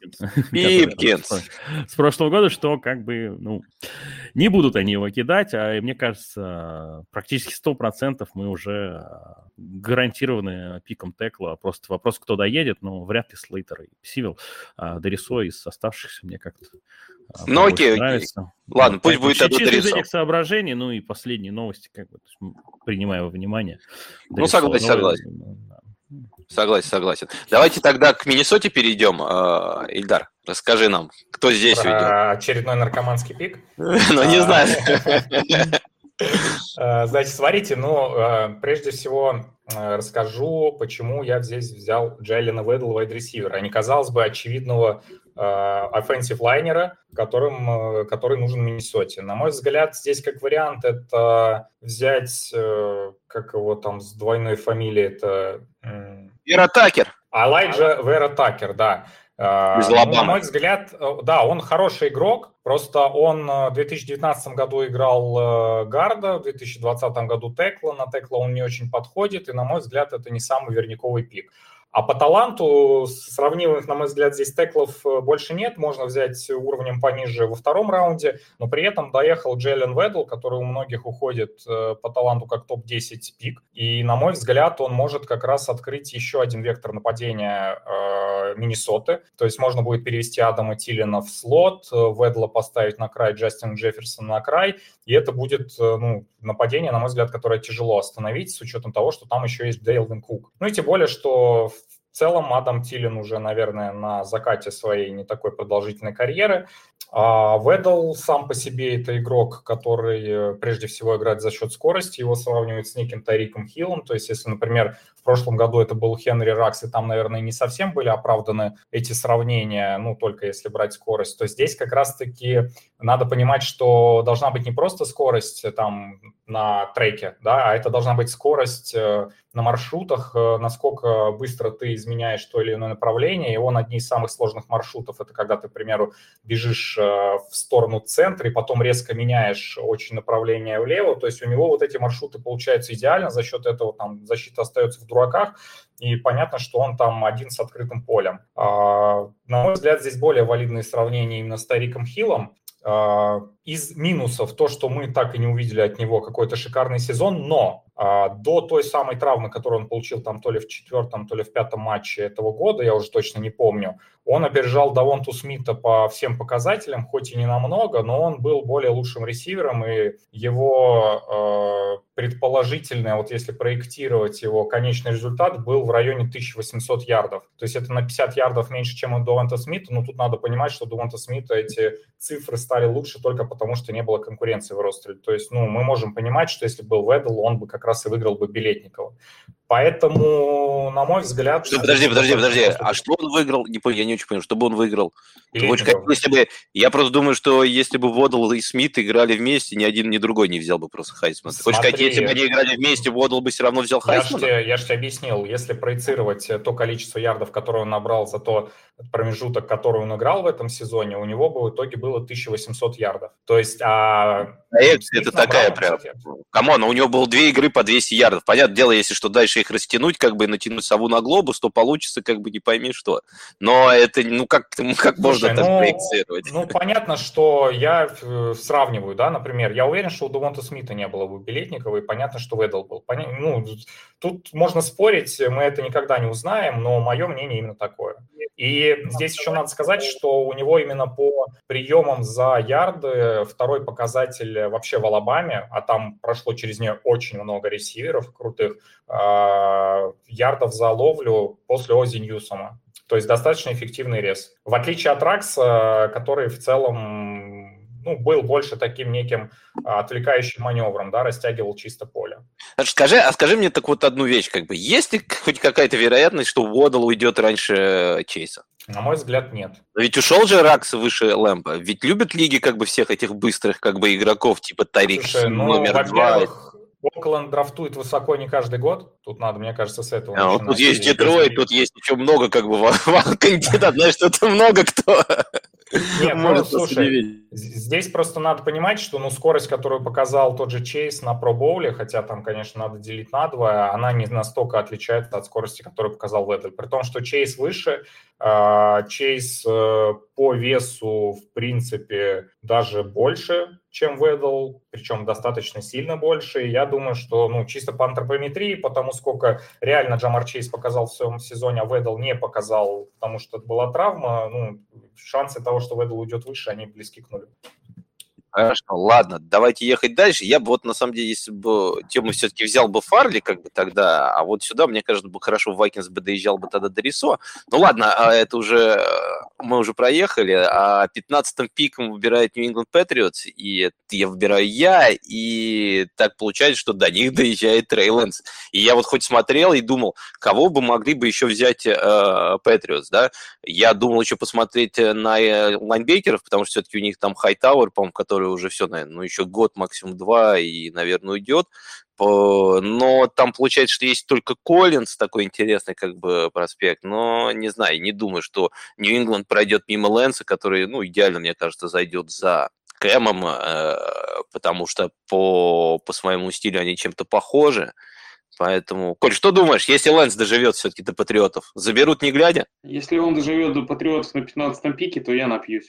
С прошлого года, что как бы, не будут они его кидать, а мне кажется, практически 100% мы уже гарантированы пиком текла. Просто вопрос, кто доедет, но вряд ли Слейтер и Сивил, а Дорисо из оставшихся мне как-то окей. нравится. Ладно, пусть будет это Дорисо. Из этих соображений, и последние новости, как бы, принимая во внимание. Согласен. Давайте тогда к Миннесоте перейдем. Ильдар, расскажи нам, кто здесь ведет. Очередной наркоманский пик? Не знаю. Значит, смотрите, прежде всего расскажу, почему я здесь взял Джейлена Ведла, вайд-ресивера, а не, казалось бы, очевидного offensive лайнера, который нужен Миннесоте. На мой взгляд, здесь как вариант это взять, как его там с двойной фамилией, это... Вера Такер. Элайджа Вера Такер, да. На мой взгляд, да, он хороший игрок, просто он в 2019 году играл гарда, в 2020 году текла, на текла он не очень подходит, и, на мой взгляд, это не самый верняковый пик. А по таланту сравнимых, на мой взгляд, здесь теклов больше нет. Можно взять уровнем пониже во втором раунде, но при этом доехал Джейлен Ведл, который у многих уходит по таланту как топ-10 пик. И, на мой взгляд, он может как раз открыть еще один вектор нападения Миннесоты. То есть можно будет перевести Адама Тилена в слот, Ведла поставить на край, Джастина Джефферсона на край. И это будет нападение, на мой взгляд, которое тяжело остановить с учетом того, что там еще есть Дейлвин Кук. И тем более, что в целом Адам Тилен уже, наверное, на закате своей не такой продолжительной карьеры. А Ведл сам по себе это игрок, который прежде всего играет за счет скорости. Его сравнивают с неким Тайриком Хиллом. То есть, если, например, в прошлом году это был Хенри Ракс, и там, наверное, не совсем были оправданы эти сравнения, только если брать скорость, то здесь как раз-таки надо понимать, что должна быть не просто скорость там на треке, да, а это должна быть скорость на маршрутах, насколько быстро ты изменяешь то или иное направление. И он одни из самых сложных маршрутов. Это когда ты, к примеру, бежишь в сторону центра и потом резко меняешь очень направление влево. То есть у него вот эти маршруты получаются идеально. За счет этого там защита остается в дураках. И понятно, что он там один с открытым полем. На мой взгляд, здесь более валидные сравнения именно с Тайриком Хиллом. Из минусов то, что мы так и не увидели от него какой-то шикарный сезон, но до той самой травмы, которую он получил там то ли в четвертом, то ли в пятом матче этого года, я уже точно не помню, он опережал Давонту Смита по всем показателям, хоть и не намного, но он был более лучшим ресивером, и его предположительное, вот если проектировать его конечный результат, был в районе 1800 ярдов. То есть это на 50 ярдов меньше, чем у Давонта Смита, но тут надо понимать, что у Давонта Смита эти цифры стали лучше только потому что не было конкуренции в ростере. То есть, мы можем понимать, что если был Ведл, он бы как раз и выиграл бы Белетникова. Поэтому, на мой взгляд... Подожди. А что он выиграл? Я не очень понял, что бы он выиграл? Я просто думаю, что если бы Водл и Смит играли вместе, ни один, ни другой не взял бы просто Хайсмана. Ты хочешь сказать, если бы они играли вместе, Водл бы все равно взял Хайсмана? Я же тебе объяснил, если проецировать то количество ярдов, которое он набрал за то промежуток, который он играл в этом сезоне, у него бы в итоге было 1800 ярдов. То есть... Это такая прям... Камон, у него было 2 игры по 200 ярдов. Понятное дело, если что дальше их растянуть, как бы натянуть сову на глобус, то получится как бы не пойми что. Но это, как можно так проецировать? Понятно, что я сравниваю, да, например, я уверен, что у Девонта Смита не было бы Белетникова, и понятно, что Ведл был. Тут можно спорить, мы это никогда не узнаем, но мое мнение именно такое. И здесь еще надо сказать, что у него именно по приемам за ярды второй показатель вообще в Алабаме, а там прошло через нее очень много ресиверов крутых, ярдов за ловлю после Оззи Ньюсома. То есть достаточно эффективный рез. В отличие от Ракса, который в целом был больше таким неким отвлекающим маневром, да, растягивал чисто поле. Скажи мне так вот одну вещь, есть ли хоть какая-то вероятность, что Уодл уйдет раньше Чейса? На мой взгляд, нет. Но ведь ушел же Ракс выше Лэмпа. Ведь любят лиги всех этих быстрых игроков, типа Тайрик номер 2. Окленд драфтует высоко не каждый год. Тут надо, мне кажется, с этого начинать. Тут есть Детройт, тут есть еще много кандидатов, знаешь, тут много кто. Нет, слушай, здесь просто надо понимать, что скорость, которую показал тот же Чейз на Про-боуле, хотя там, конечно, надо делить на 2, она не настолько отличается от скорости, которую показал Ведл. При том, что Чейз выше, Чейз по весу, в принципе, даже больше, чем Ведл, причем достаточно сильно больше. И я думаю, что чисто по антропометрии, потому сколько реально Джамар Чейз показал в своем сезоне, а Ведл не показал, потому что это была травма, шансы того, что Ведл уйдет выше, они близки к нулю. Хорошо, ладно, давайте ехать дальше. Я бы на самом деле, если бы тему все-таки взял бы Фарли тогда, а вот сюда, мне кажется, бы хорошо в Вайкинс бы доезжал бы тогда до Рисо. Ладно, это уже мы уже проехали, а 15-м пиком выбирает New England Patriots, и я выбираю и так получается, что до них доезжает Трей Лэнс. И я вот хоть смотрел и думал, кого бы могли бы еще взять Patriots, да? Я думал еще посмотреть на лайнбекеров, потому что все-таки у них там Хайтауэр, по-моему, который уже все, наверное, еще год, максимум 2, и, наверное, уйдет. Но там получается, что есть только Коллинз, такой интересный проспект, но не знаю, не думаю, что Нью-Ингланд пройдет мимо Лэнса, который, идеально, мне кажется, зайдет за Кэмом, потому что по своему стилю они чем-то похожи. Поэтому, Коль, что думаешь, если Лэнс доживет все-таки до Патриотов, заберут не глядя? Если он доживет до Патриотов на 15-м пике, то я напьюсь.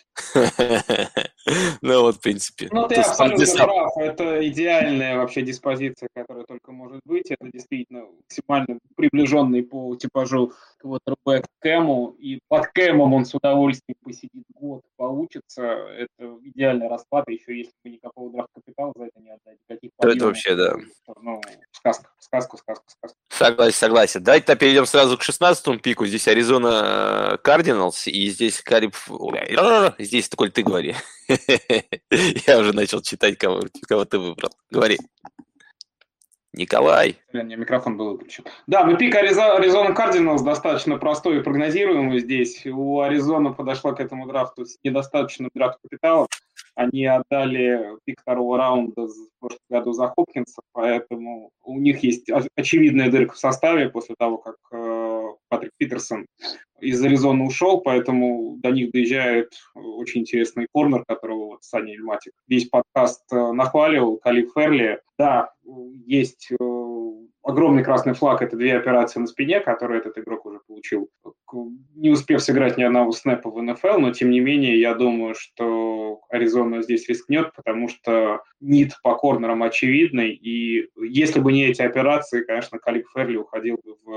В принципе. Ты абсолютно прав. Это идеальная вообще диспозиция, которая только может быть. Это действительно максимально приближенный по типажу квотербэк Кэму. И под Кэмом он с удовольствием посидит год, поучится. Это идеальный расклад. Еще если бы никакого драфт-капитала за это не отдать. Это вообще, да. Сказка. Согласен. Давайте перейдем сразу к 16-му пику. Здесь Аризона Кардиналс, и здесь Здесь, Коль, ты говори. Я уже начал читать, кого ты выбрал. Говори. Николай. У меня микрофон был выключен. Да, пик Аризона Кардиналс достаточно простой и прогнозируемый здесь. У Аризоны подошла к этому драфту с недостаточным драфт-капиталом. Они отдали пик 2-го раунда в прошлом году за Хопкинса, поэтому у них есть очевидная дырка в составе после того, как Патрик Питерсон из Аризоны ушел, поэтому до них доезжает очень интересный корнер, которого Саня Ильматик весь подкаст нахваливал, Калиб Ферли. Да, есть огромный красный флаг, это 2 операции на спине, которые этот игрок уже получил, не успев сыграть ни одного снэпа в НФЛ, но тем не менее я думаю, что Аризона здесь рискнет, потому что нид по корнерам очевидный, и если бы не эти операции, конечно, Калиб Ферли уходил бы в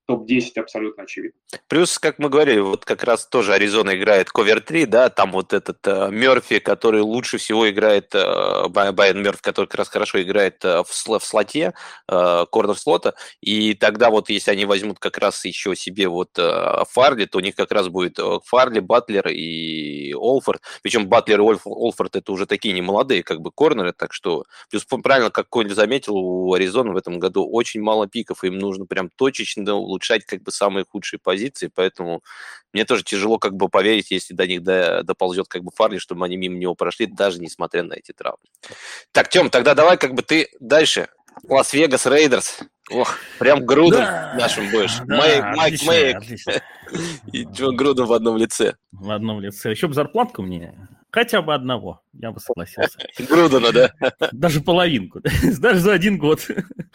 топ-10 абсолютно очевидно. Плюс, как мы говорили, вот как раз тоже Аризона играет ковер 3, да, там вот этот Мерфи, который лучше всего играет, Байен Мерфи, который как раз хорошо играет в слоте, корнер-слота, и тогда вот если они возьмут как раз еще себе вот Фарли, то у них как раз будет Фарли, Батлер и Олфорд, причем Батлер и Олфорд это уже такие немолодые как бы корнеры, так что, плюс правильно, как Коля заметил, у Аризоны в этом году очень мало пиков, им нужно прям точечно улучшать как бы самые худшие позиции, поэтому мне тоже тяжело как бы поверить, если до них доползет как бы Фарли, чтобы они мимо него прошли, даже несмотря на эти травмы. Так, Тём, тогда давай как бы ты дальше. Лас-Вегас Рейдерс. Ох, прям Грудом нашим будешь. Да, Майк отлично, Мэйк отлично. и Джон Грудом в одном лице. В одном лице. Еще бы зарплатку мне. Хотя бы одного. Я бы согласился. Грудона, да? Даже половинку. Даже за 1 год.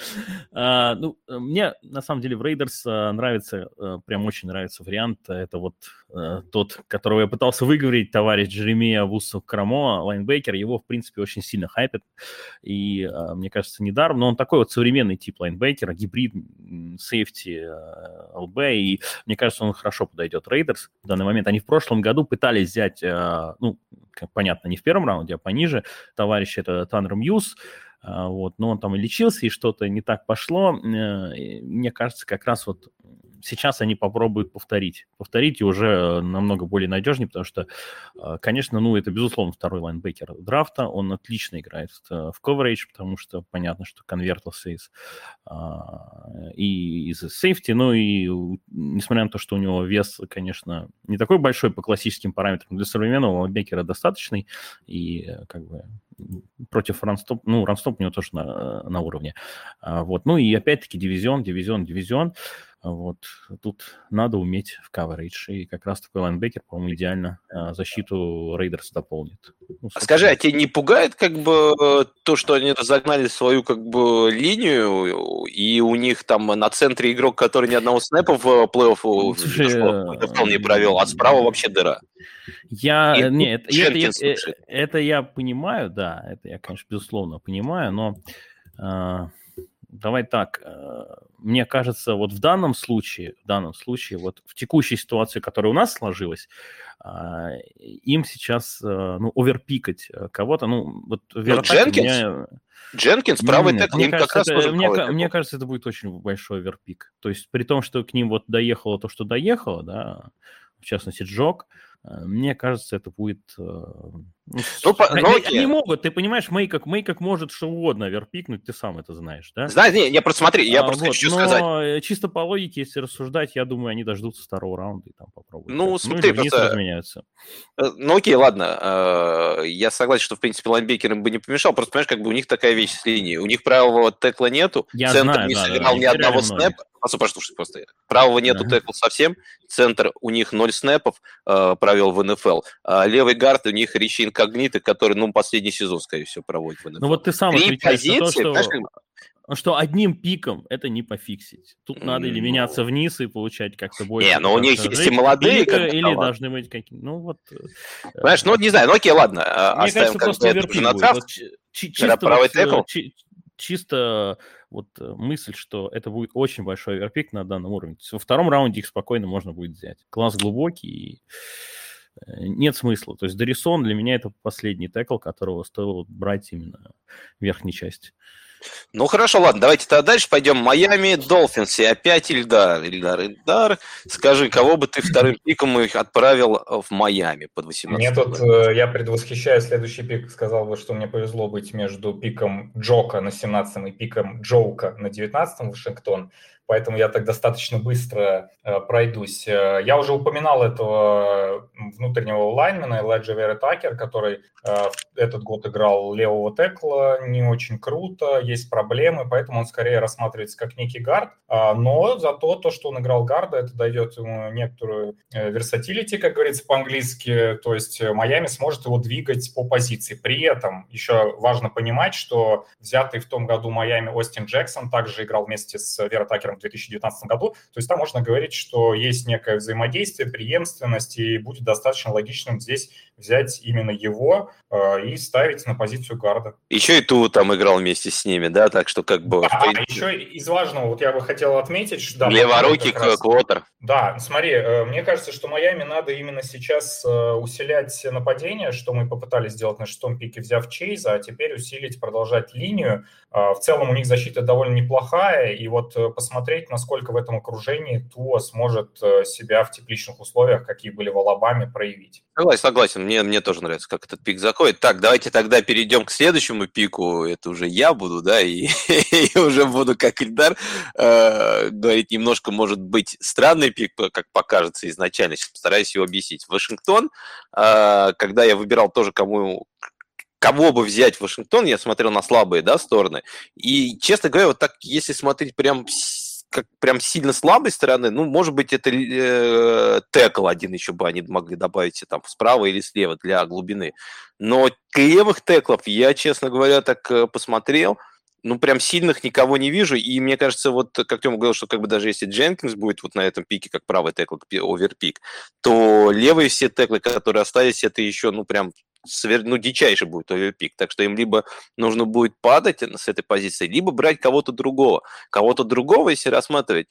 Мне, на самом деле, в Рейдерс нравится, прям очень нравится вариант. Это вот тот, которого я пытался выговорить, товарищ Джеремия Вуссов-Крамо, лайнбекер. Его, в принципе, очень сильно хайпят. И, мне кажется, недаром. Но он такой вот современный тип лайнбекера, гибрид, сейфти, ЛБ. И, мне кажется, он хорошо подойдет Рейдерс в данный момент. Они в прошлом году пытались взять, понятно, не в первом раунде, а пониже. Товарищ это Таннер Мьюз. Вот, но он там и лечился, и что-то не так пошло. Мне кажется, как раз вот сейчас они попробуют повторить и уже намного более надежнее, потому что, конечно, это, безусловно, второй лайнбекер драфта, он отлично играет в coverage, потому что понятно, что конвертился из сейфти, и несмотря на то, что у него вес, конечно, не такой большой по классическим параметрам, для современного лайнбекера достаточный, и как бы против ранстоп, ранстоп у него тоже на уровне. Вот. И опять-таки дивизион. Вот. Тут надо уметь в coverage. И как раз такой лайнбекер, по-моему, идеально защиту Рейдерс дополнит. Скажи, а тебя не пугает как бы то, что они разогнали свою как бы линию, и у них там на центре игрок, который ни одного снэпа в плей-офф не провел, а справа вообще дыра? Это я понимаю, да, это я, конечно, безусловно понимаю, но давай так, мне кажется, вот в данном случае, вот в текущей ситуации, которая у нас сложилась, им сейчас, оверпикать кого-то, Дженкинс, правый тэкл, им как раз тоже мне кажется, это будет очень большой оверпик. То есть при том, что к ним вот доехало то, что доехало, да, в частности, Джок, мне кажется, это будет... Они могут, ты понимаешь, Мейкок может что угодно оверпикнуть, ты сам это знаешь, да? Я просто хочу сказать. Но чисто по логике, если рассуждать, я думаю, они дождутся второго раунда и там попробуют. Смотри, вниз разменяются. Окей, ладно. Я согласен, что, в принципе, лайнбекер им бы не помешал, просто, понимаешь, как бы у них такая вещь с линией. У них правого текла нету, центр не сыграл ни одного снэпа. Послушай, просто. Правого нету текла совсем, центр у них 0 снэпов провел в НФЛ, а левый гард у них Ричи Инкогнито, который, последний сезон, скорее всего, проводит в НФЛ. Вот ты сам отвечаешь на то, что одним пиком это не пофиксить. Тут надо или меняться вниз и получать как-то больше. У них есть и молодые, или должны быть какие-то... Понимаешь, не знаю, окей, ладно. Мне кажется, просто оверпик будет. Правый текл. Чисто мысль, что это будет очень большой оверпик на данном уровне. Во втором раунде их спокойно можно будет взять. Класс глубокий, и нет смысла. То есть Даррисон для меня это последний текл, которого стоило брать именно в верхней части. Хорошо, ладно, давайте тогда дальше пойдем. Майами Долфинс, и опять Ильдар. Скажи, кого бы ты вторым пиком их отправил в Майами под 18? Я предвосхищаю следующий пик. Сказал бы, что мне повезло быть между пиком Джока на 17-м и пиком Джоука на 19-м Вашингтон. Поэтому я так достаточно быстро пройдусь. Я уже упоминал этого внутреннего лайнмена Элайджа Веретакер, который этот год играл левого текла не очень круто, есть проблемы, поэтому он скорее рассматривается как некий гард. Но зато то, что он играл гарда, это дает ему некоторую версатилити, как говорится по-английски, то есть Майами сможет его двигать по позиции. При этом еще важно понимать, что взятый в том году Майами Остин Джексон также играл вместе с Веретакером в 2019 году. То есть там можно говорить, что есть некое взаимодействие, преемственность, и будет достаточно логичным здесь взять именно его и ставить на позицию гарда. Еще и Ту там играл вместе с ними, да, так что как бы... Еще из важного, вот я бы хотел отметить, что... Да, леворукий квотер. Да, смотри, мне кажется, что Майами надо именно сейчас усилять нападение, что мы попытались сделать на 6-м пике, взяв Чейза, а теперь усилить, продолжать линию. В целом у них защита довольно неплохая, и вот посмотреть, насколько в этом окружении Туа сможет себя в тепличных условиях, какие были в Алабаме, проявить. Согласен, мне тоже нравится, как этот пик заходит. Так, давайте тогда перейдем к следующему пику. Это уже я буду, да, и уже буду, как Ильдар, говорить немножко, может быть, странный пик, как покажется изначально. Сейчас постараюсь его объяснить. Вашингтон, когда я выбирал тоже, кого бы взять в Вашингтон, я смотрел на слабые, да, стороны. И, честно говоря, вот так, если смотреть прям сильно слабой стороны, ну, может быть, это текл один еще бы они могли добавить там справа или слева для глубины. Но левых теклов я, честно говоря, так посмотрел, ну, прям сильных никого не вижу, и мне кажется, вот, как Тёма говорил, что как бы даже если Дженкинс будет вот на этом пике, как правый текл, оверпик, то левые все теклы, которые остались, это еще, ну, прям дичайший будет оверпик, так что им либо нужно будет падать с этой позиции, либо брать кого-то другого. Кого-то другого, если рассматривать,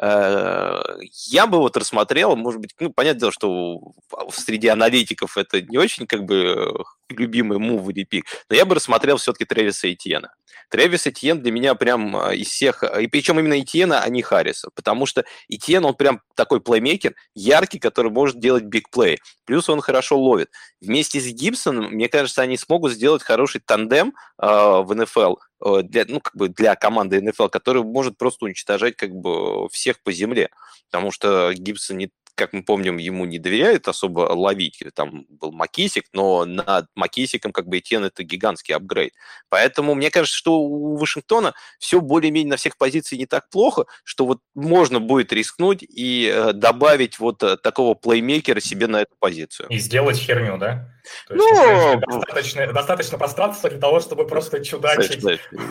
я бы вот рассмотрел, может быть, ну, понятное дело, что среди аналитиков это не очень как бы любимый мув или пик, но я бы рассмотрел все-таки Трэвиса Этьена. Трэвис Этьен для меня прям из всех, и причем именно Этьена, а не Харриса, потому что Этьен, он прям такой плеймейкер, яркий, который может делать бигплей, плюс он хорошо ловит. Вместе с Гибсоном, мне кажется, они смогут сделать хороший тандем в НФЛ, для команды НФЛ, который может просто уничтожать как бы всех по земле, потому что Гибсон, как мы помним, ему не доверяют особо ловить. Там был Макисик, но над Макисиком как бы Этьен это гигантский апгрейд. Поэтому мне кажется, что у Вашингтона все более-менее на всех позициях не так плохо, что вот можно будет рискнуть и добавить вот такого плеймейкера себе на эту позицию. И сделать херню, да? То есть, достаточно пространства для того, чтобы просто чудачить.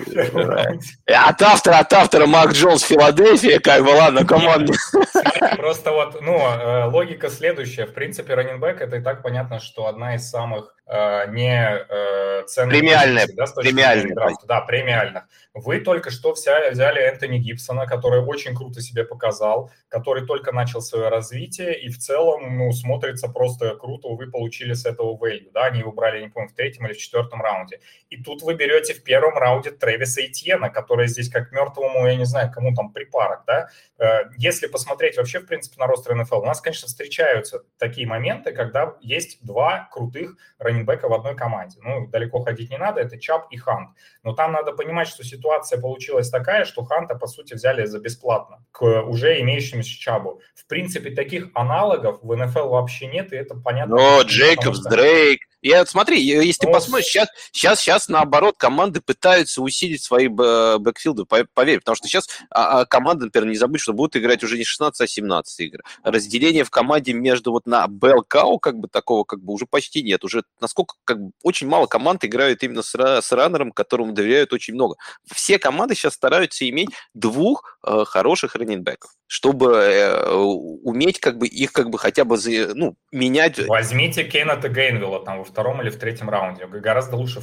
От автора Мак Джонс Филадельфия, как бы, ладно, команда. Просто вот, логика следующая. В принципе, раннинбэк это и так понятно, что одна из самых не ценных премиальных драфта. Да, премиальных. Вы только что взяли Энтони Гибсона, который очень круто себя показал, который только начал свое развитие, и в целом, смотрится просто круто, вы получили с этого value, да, они его брали, не помню, в 3-м или в 4-м раунде. И тут вы берете в 1-м раунде Трэвиса Этьена, который здесь как мертвому, я не знаю, кому там припарок, да. Если посмотреть вообще, в принципе, на ростер НФЛ, у нас, конечно, встречаются такие моменты, когда есть два крутых раннинбека в одной команде. Далеко ходить не надо, это Чап и Хант. Но там надо понимать, что ситуация получилась такая, что Ханта, по сути, взяли за бесплатно к уже имеющемуся Чабу. В принципе, таких аналогов в НФЛ вообще нет, и это понятно. Но Джейкобс, Дрейк. Смотри, если ты посмотришь, сейчас наоборот команды пытаются усилить свои бэкфилды, поверь, потому что сейчас команда, например, не забудь, что будут играть уже не 16, а 17 игр. Разделение в команде между вот на Bell-Cow, как бы такого, как бы уже почти нет. Уже насколько, как бы, очень мало команд играют именно с раннером, которому доверяют очень много. Все команды сейчас стараются иметь двух хороших раннинбеков, чтобы уметь как бы их как бы хотя бы менять. Возьмите Кеннета Гейнвилла там во 2-м или в 3-м раунде. Гораздо лучше.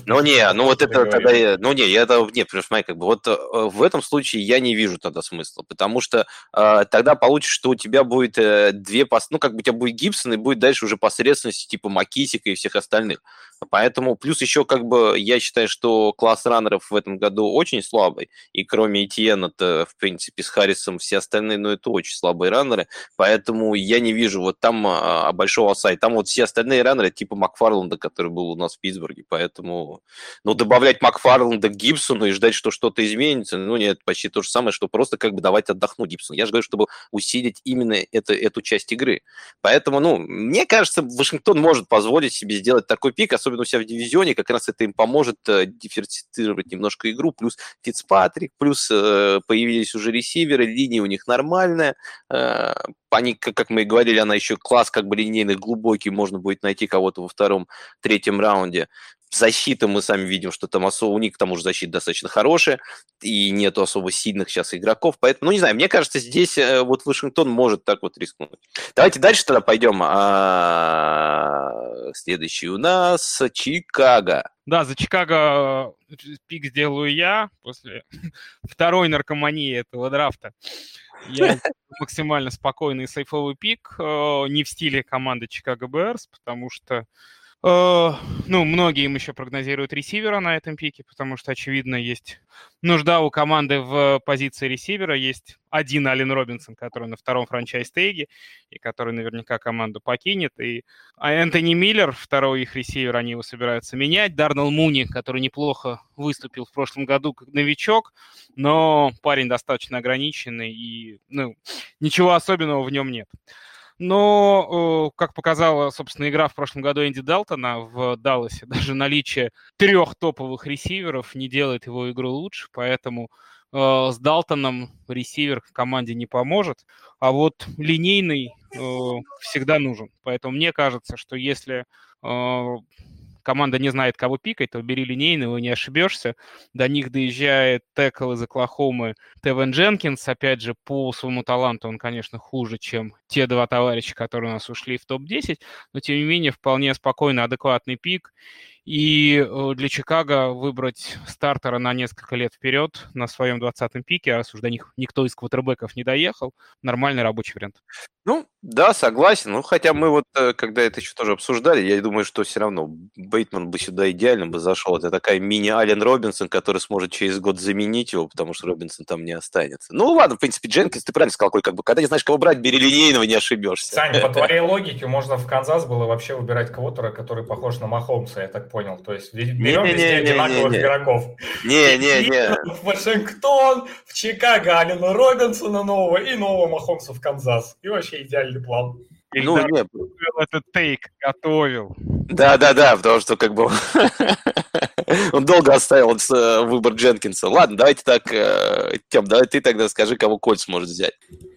Смотри, как бы вот в этом случае я не вижу тогда смысла, потому что тогда получится, что у тебя будет две, у тебя будет Гибсон и будет дальше уже посредственности типа Макисика и всех остальных. Поэтому плюс еще как бы я считаю, что класс раннеров в этом году очень слабый, и кроме Этьена, в принципе, с Харрисом все остальные, это очень слабые раннеры, поэтому я не вижу вот там большого сайта. Там вот все остальные раннеры типа Макфарланда, который был у нас в Питтсбурге, поэтому добавлять Макфарланда к Гибсону и ждать, что что-то изменится, нет, почти то же самое, что просто как бы давать отдохнуть Гибсону. Я же говорю, чтобы усилить именно эту часть игры. Поэтому, мне кажется, Вашингтон может позволить себе сделать такой пик, особенно у себя в дивизионе, как раз это им поможет диверсифицировать немножко игру, плюс Фицпатрик, плюс появились уже ресиверы, линия у них нормальная, они, как мы и говорили, она еще класс как бы линейных глубокий, можно будет найти кого-то во втором-третьем раунде. Защита мы сами видим, что там особо у них к тому же защита достаточно хорошая, и нету особо сильных сейчас игроков, поэтому, ну, не знаю, мне кажется, здесь вот Вашингтон может так вот рискнуть. Давайте дальше тогда пойдем. Следующий у нас Чикаго. Да, за Чикаго пик сделаю я после второй наркомании этого драфта. Я максимально спокойный и сейфовый пик, не в стиле команды Чикаго Берс, потому что многие им еще прогнозируют ресивера на этом пике, потому что, очевидно, есть нужда у команды в позиции ресивера. Есть один Аллен Робинсон, который на втором франчайз-теге, и который наверняка команду покинет. И Энтони Миллер, второй их ресивер, они его собираются менять. Дарнелл Муни, который неплохо выступил в прошлом году как новичок, но парень достаточно ограниченный, и ничего особенного в нем нет. Но, как показала, собственно, игра в прошлом году Энди Далтона в Далласе, даже наличие 3 топовых ресиверов не делает его игру лучше, поэтому с Далтоном ресивер в команде не поможет, а вот линейный всегда нужен. Поэтому мне кажется, что если команда не знает, кого пикать, то бери линейного, не ошибешься. До них доезжает текл из Оклахомы Тевен Дженкинс. Опять же, по своему таланту он, конечно, хуже, чем те 2 товарища, которые у нас ушли в топ-10, но, тем не менее, вполне спокойный, адекватный пик. И для Чикаго выбрать стартера на несколько лет вперед на своем 20-м пике, раз уж до них никто из квотербеков не доехал, нормальный рабочий вариант. Ну, да, согласен. Ну, хотя мы вот, когда это еще тоже обсуждали, я думаю, что все равно Бейтман бы сюда идеально бы зашел. Это такая мини-Аллен Робинсон, который сможет через год заменить его, потому что Робинсон там не останется. Ну, ладно, в принципе, Дженкинс, ты правильно сказал, как бы, когда не знаешь, кого брать, бери линейного, не ошибешься. Сань, по твоей логике, можно в Канзас было вообще выбирать квотера, который похож на Махомса, я так понял. То есть берем везде одинаковых игроков. Не-не-не. В Вашингтон, в Чикаго Аллена Робинсона нового и нового Махомса в Канзас. И вообще идеальный план. Ну, нет. Этот тейк готовил. Да, потому что как бы он долго оставил выбор Дженкинса. Ладно, давайте так, Тём, давай ты тогда скажи, кого Кольц может взять.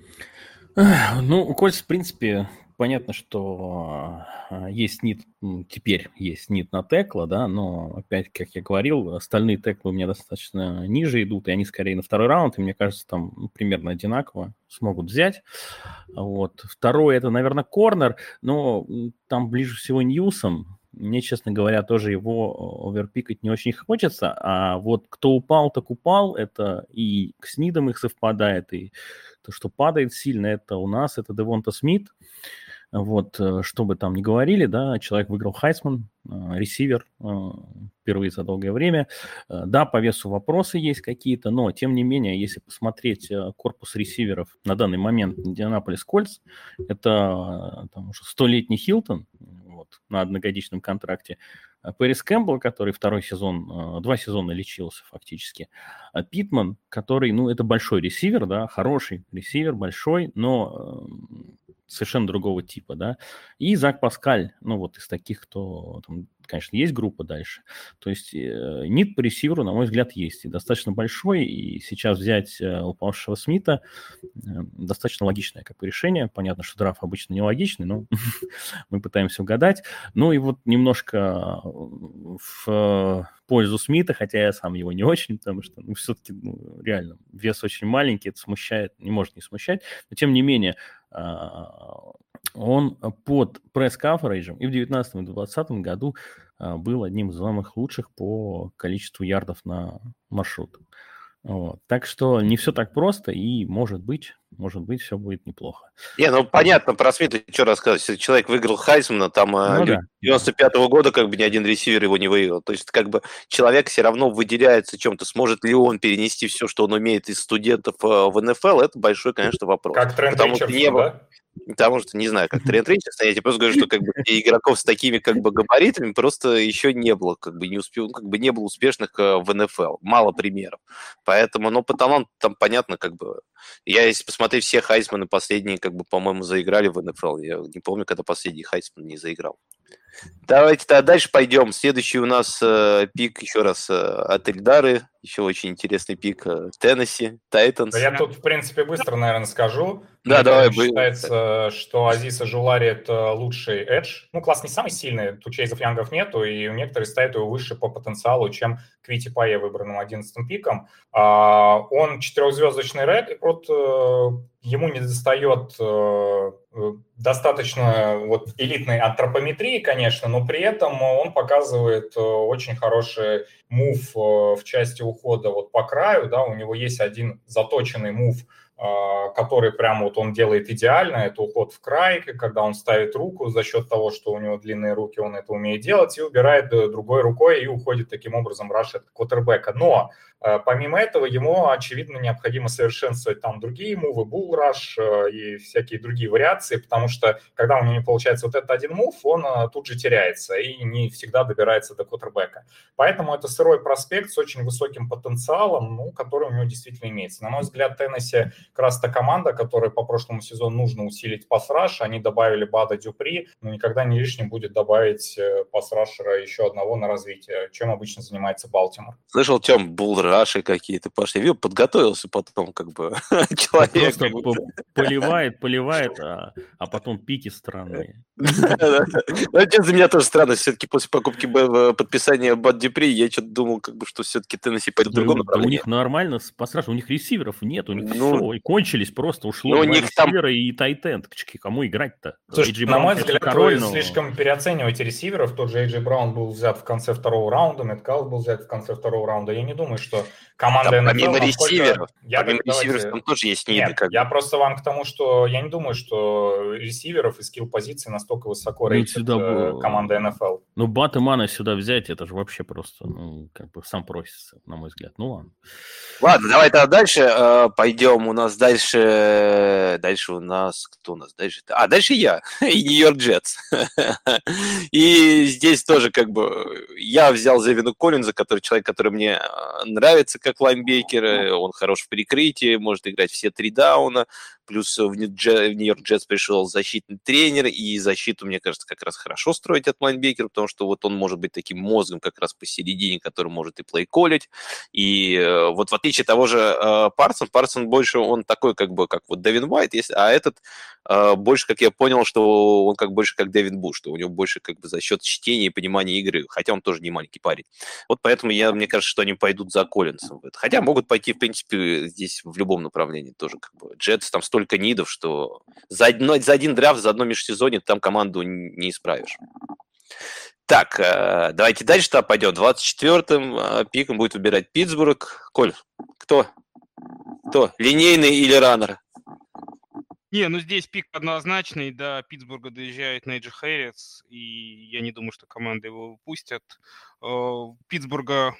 Ну, у Кольц, в принципе, понятно, что есть нит, теперь есть нит на текла, да, но опять, как я говорил, остальные теклы у меня достаточно ниже идут, и они скорее на второй раунд, и мне кажется, там примерно одинаково смогут взять. Вот. Второй, это, наверное, корнер, но там ближе всего Ньюсом. Мне, честно говоря, тоже его оверпикать не очень хочется, а вот кто упал, так упал, это и с Нидом их совпадает, и то, что падает сильно, это у нас, это Девонта Смит. Вот, что бы там ни говорили, да, человек выиграл Хайсман, ресивер, впервые за долгое время. Да, по весу вопросы есть какие-то, но, тем не менее, если посмотреть корпус ресиверов на данный момент Индианаполис Кольц, это там уже 100-летний Хилтон, вот, на одногодичном контракте, Пэрис Кэмпбелл, который 2 сезона лечился фактически, Питман, который, это большой ресивер, да, хороший ресивер, большой, но совершенно другого типа, да, и Зак Паскаль, из таких, кто, там, конечно, есть группа дальше, то есть нит по ресиверу, на мой взгляд, есть, и достаточно большой, и сейчас взять упавшего Смита достаточно логичное как бы решение, понятно, что драфт обычно нелогичный, но мы пытаемся угадать, и вот немножко в пользу Смита, хотя я сам его не очень, потому что, все-таки, реально, вес очень маленький, это смущает, не может не смущать, но тем не менее, он под пресс-каверейджем и в 2019 и в 2020 году был одним из самых лучших по количеству ярдов на маршрут. Вот. Так что не все так просто, и может быть, все будет неплохо. Понятно, про Смита что рассказывать. Если человек выиграл Хайсмана, там 95-го года как бы ни один ресивер его не выиграл. То есть как бы человек все равно выделяется чем-то. Сможет ли он перенести все, что он умеет из студентов в НФЛ, это большой, конечно, вопрос. Как Трент Ричардсон, да? Потому что, не знаю, как Трент Ричардсон, я тебе просто говорю, что как бы игроков с такими как бы габаритами просто еще не было, не было успешных в НФЛ. Мало примеров. Поэтому, по таланту там понятно, как бы. Если посмотреть, все Хайсманы последние, как бы, по-моему, заиграли в НФЛ. Я не помню, когда последний Хайсман не заиграл. Давайте тогда дальше пойдем. Следующий у нас пик, еще раз, от Эльдары. Еще очень интересный пик Теннесси, Тайтанс. Да я тут, в принципе, быстро, наверное, скажу. Да, давай. Считается, что Азиз Ажулари – это лучший эдж. Ну, класс не самый сильный, тут Чейзов Янгов нету, и некоторые ставят его выше по потенциалу, чем Квити Пае, выбранным 11-м пиком. Он 4-звездочный рекрут, ему не достает достаточно вот элитной антропометрии, конечно, но при этом он показывает очень хороший мув в части ухода вот по краю, да, у него есть один заточенный мув, который прям вот он делает идеально, это уход в край, когда он ставит руку за счет того, что у него длинные руки, он это умеет делать, и убирает другой рукой, и уходит таким образом, рашит квотербека. Но помимо этого ему, очевидно, необходимо совершенствовать там другие мувы, булл-раш и всякие другие вариации, потому что когда у него не получается вот этот один мув, он тут же теряется и не всегда добирается до квотербека. Поэтому это сырой проспект с очень высоким потенциалом, ну, который у него действительно имеется. На мой взгляд, Теннесси как раз та команда, которой по прошлому сезону нужно усилить пас-раш, они добавили Бада Дюпри, но никогда не лишним будет добавить пас-рашера еще одного на развитие, чем обычно занимается Балтимор. Слышал, Тём, булл-раши какие-то пошли. Я подготовился потом, как бы, человек. Просто поливает, а потом пики странные. Это для меня тоже странно. Все-таки после покупки подписания Бад Дюпри я что-то думал, как бы, что все-таки Теннесси пойдет в другом направлении. У них нормально пас-раш, у них ресиверов нет, у них все, и кончились просто, ушло у два них там ресивера и тайтенд. Кому играть-то? Слушай, на мой взгляд, вы слишком переоцениваете ресиверов. Тот же Эйджей Браун был взят в конце второго раунда, Меткалф был взят в конце второго раунда. Я не думаю, что команда там, NFL... помимо ресиверов, там тоже есть ниды. Нет, я просто вам к тому, что я не думаю, что ресиверов и скилл-позиций настолько высоко рейтит команда NFL. Ну, Бат и Мана сюда взять, это же вообще просто, как бы сам просится, на мой взгляд. Ну, ладно. Ладно, давай тогда дальше пойдем. У нас дальше у нас... Кто у нас дальше? Дальше я. И Нью-Йорк Джетс. И здесь тоже как бы... Я взял Зевина Коллинза, человек, который мне нравится как лайнбекер. Он хорош в перекрытии, может играть все 3 дауна. Плюс в Нью-Йорк Джетс пришел защитный тренер, и защиту, мне кажется, как раз хорошо строить от лайнбекера, потому что вот он может быть таким мозгом как раз посередине, который может и плей-коллить. И вот в отличие от того же Парсон больше, он такой как бы, как вот Дэвин Уайт, а этот больше, как я понял, что он больше как Дэвин Буш, что у него больше как бы за счет чтения и понимания игры, хотя он тоже не маленький парень. Вот поэтому мне кажется, что они пойдут за Коллинсом. Хотя могут пойти, в принципе, здесь в любом направлении тоже. Как бы Джетс там столько нидов, что за один драфт, за одно межсезонье там команду не исправишь. Так, давайте дальше пойдем. 24-м пиком будет выбирать Питтсбург. Коль, кто? Линейный или раннер? Не, здесь пик однозначный, до Питтсбурга доезжает Найджи Хэррис, и я не думаю, что команда его выпустят. Питтсбурга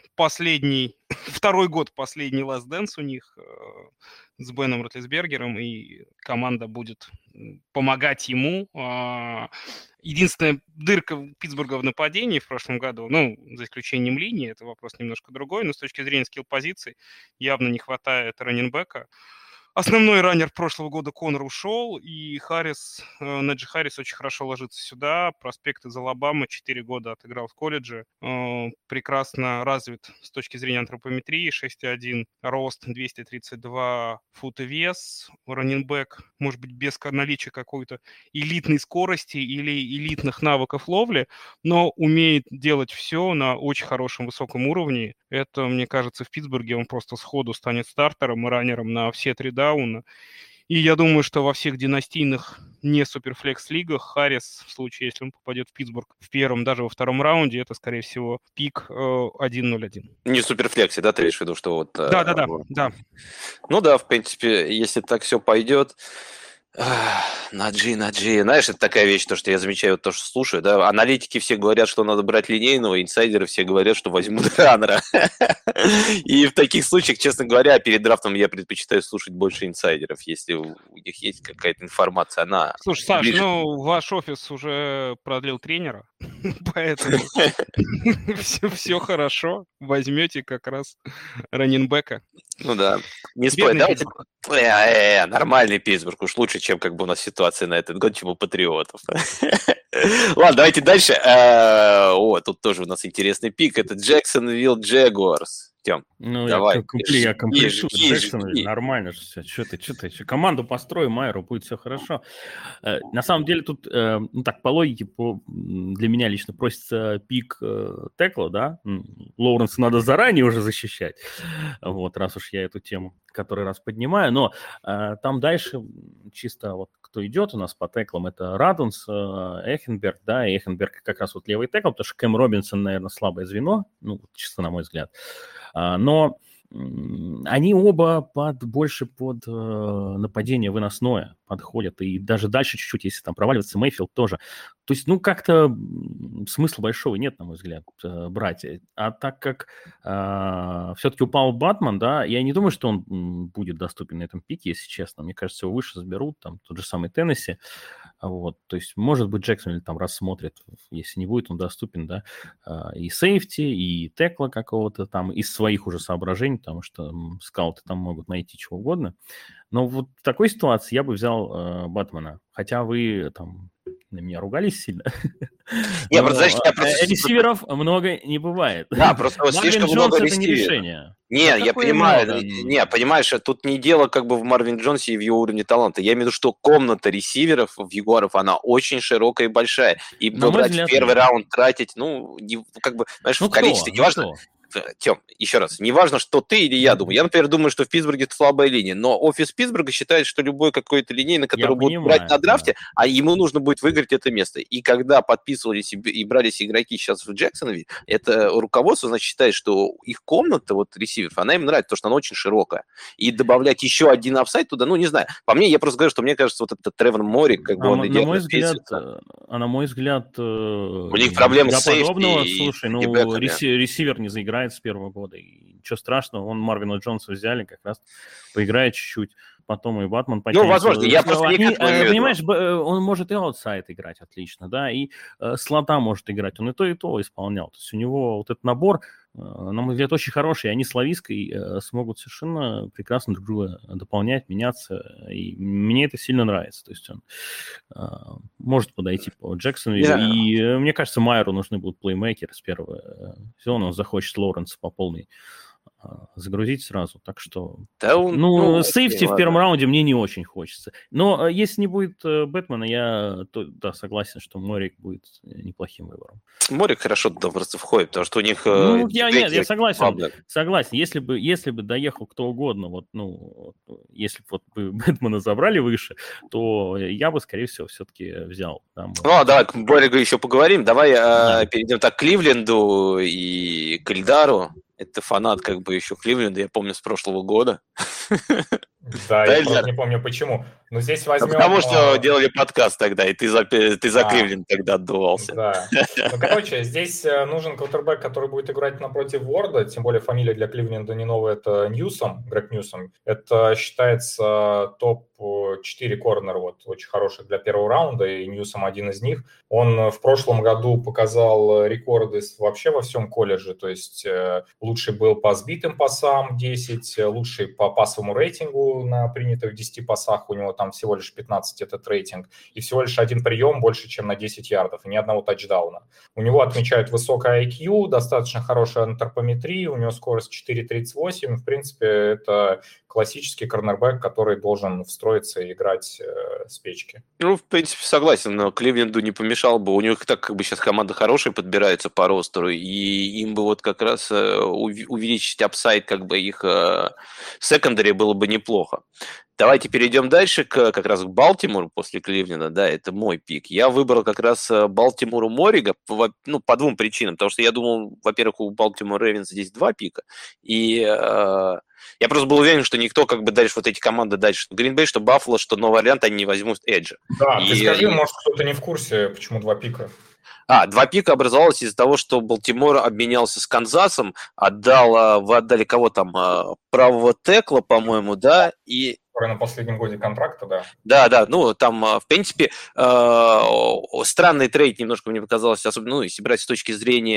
второй год последний Last Dance у них с Беном Ротлисбергером, и команда будет помогать ему. Единственная дырка Питтсбурга в нападении в прошлом году, за исключением линии, это вопрос немножко другой, но с точки зрения скилл-позиций явно не хватает раннинбека. Основной раннер прошлого года Коннор ушел, и Найджи Хэррис очень хорошо ложится сюда. Проспект из Алабамы, 4 года отыграл в колледже. Прекрасно развит с точки зрения антропометрии, 6'1", рост 232 фута вес. Раннинбэк, может быть, без наличия какой-то элитной скорости или элитных навыков ловли, но умеет делать все на очень хорошем высоком уровне. Это, мне кажется, в Питтсбурге он просто сходу станет стартером и раннером на все 3 дауна. И я думаю, что во всех династийных не суперфлекс-лигах Харрис, в случае, если он попадет в Питтсбург в первом, даже во втором раунде, это, скорее всего, пик 1-0-1. Не суперфлексе, да, ты имеешь в виду, что вот... Да. Ну да, в принципе, если так все пойдет... Наджи. Знаешь, это такая вещь, то, что я замечаю, то, что слушаю, да, аналитики все говорят, что надо брать линейного, инсайдеры все говорят, что возьмут раннера. И в таких случаях, честно говоря, перед драфтом я предпочитаю слушать больше инсайдеров, если у них есть какая-то информация. Слушай, Саш, ваш офис уже продлил тренера, поэтому все хорошо, возьмете как раз раннинбека. Ну да, не стоит. Давайте... Нормальный Питтсбург, уж лучше, чем как бы у нас ситуация на этот год, чем у Патриотов. Ладно, давайте дальше. Тут тоже у нас интересный пик. Это Джексонвилл Джагуарс. Тём, Ну, давай. я комплексую жги. Джексона, нормально же все. Что ты? Команду построй, Майеру, будет все хорошо. На самом деле тут, ну так, по логике, для меня лично просится пик текла, да? Лоуренса надо заранее уже защищать, вот, раз уж я эту тему который раз поднимаю, но там дальше чисто вот кто идет у нас по теклам, это Радунс, Эхенберг, да, и Эхенберг как раз вот левый текл, потому что Кэм Робинсон, наверное, слабое звено, ну, чисто на мой взгляд, но они оба больше под нападение выносное подходят, и даже дальше чуть-чуть, если там проваливается, Мейфилд тоже. То есть, ну, как-то смысла большого нет, на мой взгляд, брать. А так как все-таки упал Батман, да, я не думаю, что он будет доступен на этом пике, если честно. Мне кажется, его выше заберут, там, тот же самый Теннесси. Вот, то есть, может быть, Джексон там рассмотрит, если не будет он доступен, да, и сейфти, и текла какого-то там, из своих уже соображений, потому что скауты там могут найти чего угодно. Но вот в такой ситуации я бы взял Батмана. Хотя вы там на меня ругались сильно. Не, подожди, ресиверов много не бывает. Да, просто слишком много ресиверов. Это не решение. Не, я понимаю, не, понимаешь, тут не дело как бы в Марвин Джонсе и в его уровне таланта. Я имею в виду, что комната ресиверов в Ягуаров, она очень широкая и большая. И брать в первый раунд тратить, ну, как бы, знаешь, в количестве, неважно. Тем, еще раз, не важно, что ты или я думаю. Я, например, думаю, что в Питтсбурге это слабая линия, но офис Питтсбурга считает, что любой какой-то линейный, который будут брать на драфте, а ему нужно будет выиграть это место. И когда подписывались и брались игроки сейчас в Джексонвилле, это руководство, значит, считает, что их комната, вот ресиверов, она им нравится, потому что она очень широкая. И добавлять еще один апсайд туда, ну, не знаю. По мне, я просто говорю, что мне кажется, вот этот Тревор Морик, как бы он идеально вписывается. На мой взгляд, у них проблемы с сейфти. Слушай, ну, ресивер не заиграет с первого года. И ничего страшного, он Марвина Джонса взяли, как раз поиграет чуть-чуть, потом и Батман потянется. Ну, возможно, я просто понимаешь, он может и аутсайд играть отлично, да, и слота может играть, он и то исполнял. То есть у него вот этот набор, на мой взгляд, очень хороший, и они с Лавиской смогут совершенно прекрасно друг друга дополнять, меняться, и мне это сильно нравится. То есть он может подойти по Джексонвиллу, и мне кажется, Майеру нужны будут плеймейкеры с первого сезона, он захочет Лоуренса по полной загрузить сразу, так что... сейфти в первом раунде мне не очень хочется. Но если не будет Бэтмена, я согласен, что Морик будет неплохим выбором. Морик хорошо просто входит, потому что у них... я согласен. Если бы доехал кто угодно, если бы Бэтмена забрали выше, то я бы, скорее всего, все-таки взял. Давай к Морику еще поговорим. Давай перейдем к Кливленду и к Эльдару. Это фанат как бы еще Кливленда, я помню, с прошлого года. Да, я просто не помню почему. Но здесь возьмем... Потому что делали подкаст тогда, и ты за Кливленд тогда отдувался. Да. Здесь нужен квотербэк, который будет играть напротив Уорда, тем более фамилия для Кливленда не новая, это Ньюсом, Грег Ньюсом. Это считается топ-4 корнер, очень хороших для первого раунда, и Ньюсом один из них. Он в прошлом году показал рекорды вообще во всем колледже, то есть лучший был по сбитым пасам 10, лучший по пасовому рейтингу на принятых 10 пасах, у него там всего лишь 15 этот рейтинг, и всего лишь один прием больше, чем на 10 ярдов, и ни одного тачдауна. У него отмечают высокое IQ, достаточно хорошая антропометрия, у него скорость 4.38, в принципе, это классический корнербэк, который должен встроиться и играть с печки. Ну, в принципе, согласен, но Кливленду не помешал бы. У них так как бы сейчас команда хорошая подбирается по ростеру, и им бы вот как раз увеличить апсайд как бы их секондари было бы неплохо. Давайте перейдем дальше как раз к Балтимору после Кливленда. Да, это мой пик. Я выбрал как раз Балтимору Морига по двум причинам. Потому что я думал, во-первых, у Балтимор Рейвенс здесь 2 пика. И я просто был уверен, что никто как бы дальше вот эти команды дальше, что Грин Бэй, что Баффало, что Новый Орлеан, они не возьмут Эджа. Да, ты скажи, может, кто-то не в курсе, почему 2 пика. 2 пика образовалось из-за того, что Балтимор обменялся с Канзасом, вы отдали кого там, правого текла, по-моему, да, и... Который на последнем годе контракта, да. Да, там, в принципе, странный трейд немножко мне показалось, особенно, если брать с точки зрения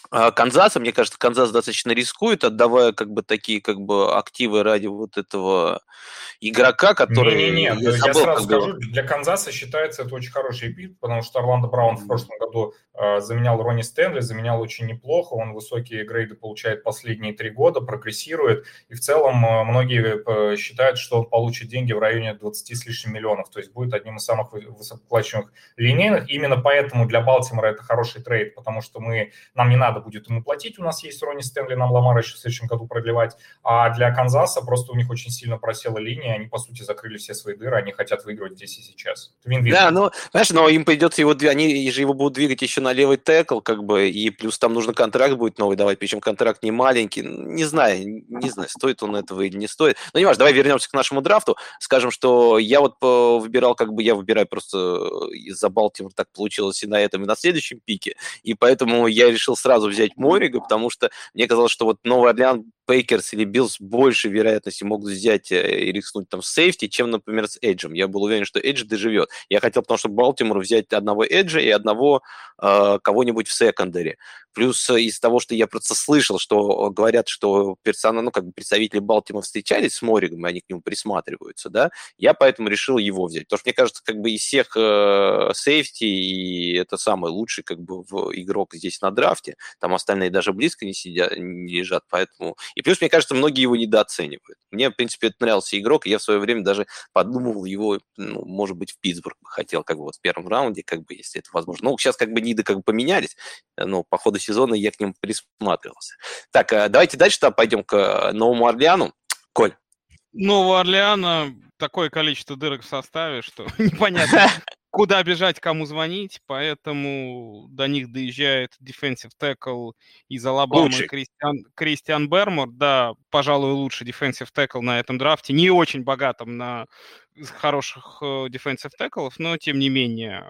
Канзаса, мне кажется, Канзас достаточно рискует, отдавая как бы такие как бы активы ради вот этого игрока, который... Не-не-не, я забыл, сразу как скажу, бы. для Канзаса считается это очень хороший пик, потому что Орландо Браун в прошлом году заменял Ронни Стэнли, заменял очень неплохо, он высокие грейды получает последние 3 года, прогрессирует, и в целом многие считают, что он получит деньги в районе 20 с лишним миллионов, то есть будет одним из самых высокоплачиваемых линейных. Именно поэтому для Балтимора это хороший трейд, потому что нам не надо будет ему платить, у нас есть Ронни Стэнли, нам Ламара еще в следующем году продлевать, а для Канзаса просто у них очень сильно просела линия, они, по сути, закрыли все свои дыры, они хотят выигрывать здесь и сейчас. Вин-вин. Да, ну, знаешь, но им придется они же его будут двигать еще на левый текл, как бы, и плюс там нужно контракт будет новый давать, причем контракт не маленький. Не знаю, стоит он этого или не стоит. Но не важно, давай вернемся к нашему драфту. Скажем, что я вот выбирал, как бы, я выбираю просто из-за Балтимора, так получилось и на этом, и на следующем пике, и поэтому я решил сразу взять Морига, потому что мне казалось, что вот Новый Орлеан, Пейкерс или Биллс больше вероятности могут взять и рискнуть там с сейфти, чем, например, с Эджем. Я был уверен, что Эдж доживет. Я хотел, потому что Балтимору взять одного Эджа и одного кого-нибудь в секондаре. Плюс из того, что я просто слышал, что говорят, что представители Балтимора встречались с Моригом, и они к нему присматриваются, да, я поэтому решил его взять. Потому что, мне кажется, как бы из всех сейфти, и это самый лучший как бы игрок здесь на драфте. Там остальные даже близко не лежат, поэтому... И плюс, мне кажется, многие его недооценивают. Мне, в принципе, это нравился игрок, и я в свое время даже подумывал его, может быть, в Питтсбург хотел, как бы вот в первом раунде, как бы, если это возможно. Ну, сейчас как бы ниды как бы поменялись, но по ходу сезона я к ним присматривался. Так, давайте дальше пойдем к Новому Орлеану. Коль. Нового Орлеана такое количество дырок в составе, что непонятно, куда бежать, кому звонить, поэтому до них доезжает defensive tackle из Алабамы Кристиан Бермор, да, пожалуй, лучший defensive tackle на этом драфте, не очень богатым на хороших defensive tackle'ов, но тем не менее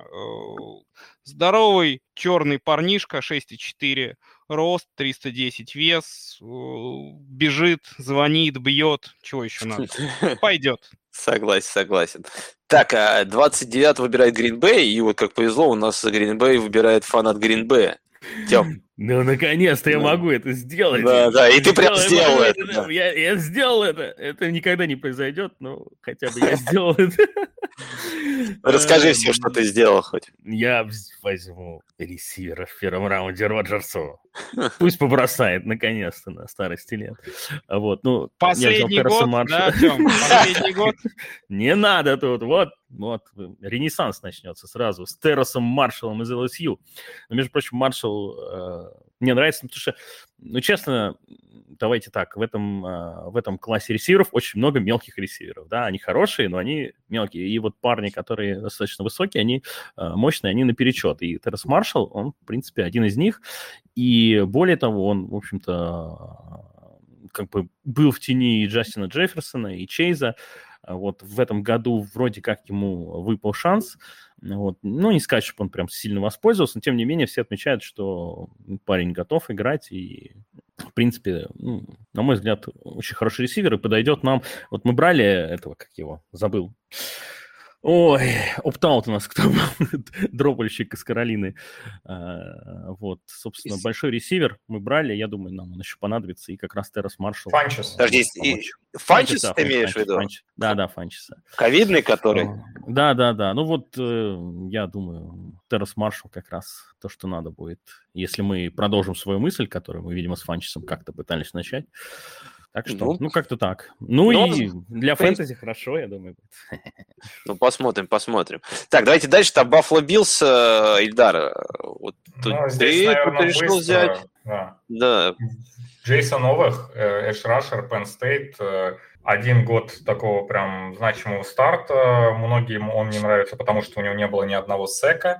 здоровый черный парнишка, 6,4 рост, 310 вес, бежит, звонит, бьет, чего еще надо? Пойдет. Согласен. Так, 29 выбирает Грин-Бэй, и вот как повезло, у нас Грин-Бэй выбирает фанат Грин-Бэя. Тём. Ну, наконец-то я могу это сделать. Да, и ты прям сделал это. Я сделал это. Это никогда не произойдет, но хотя бы я сделал это. Расскажи все, что ты сделал хоть. Я возьму ресивера в первом раунде Роджерсу. Пусть побросает, наконец-то, на старости лет. Вот, ну, последний год, да, Тём? Последний год? Не надо тут, вот, ренессанс начнется сразу с Террасом Маршаллом из LSU. Но, между прочим, Маршалл мне нравится, потому что, ну, честно, давайте так, в этом классе ресиверов очень много мелких ресиверов, да, они хорошие, но они мелкие, и вот парни, которые достаточно высокие, они мощные, они наперечет, и Террас Маршалл, он, в принципе, один из них, и более того, он, в общем-то, как бы был в тени и Джастина Джефферсона, и Чейза. Вот в этом году вроде как ему выпал шанс. Вот. Ну, не сказать, чтобы он прям сильно воспользовался, но тем не менее все отмечают, что парень готов играть и, в принципе, на мой взгляд, очень хороший ресивер и подойдет нам. Вот мы брали этого, как его, забыл. Ой, опт-аут у нас кто был, дропальщик из Каролины. Вот, собственно, большой ресивер мы брали, я думаю, нам он еще понадобится, и как раз Террас Маршалл. Фанчес. Подожди, Фанчес ты имеешь в виду? Да, Фанчеса. Ковидный, который? Да. Ну вот, я думаю, Террас Маршалл как раз то, что надо будет, если мы продолжим свою мысль, которую мы, видимо, с Фанчесом как-то пытались начать. Так что, как-то так. Ну и для фэнтези хорошо, я думаю. Ну, посмотрим. Так, давайте дальше. Там Баффало Биллс, Ильдар. Вот здесь, наверное, решил взять. Да. Джейсон Овех, эдж-рашер, Penn State. 1 год такого прям значимого старта. Многим он не нравится, потому что у него не было ни одного сека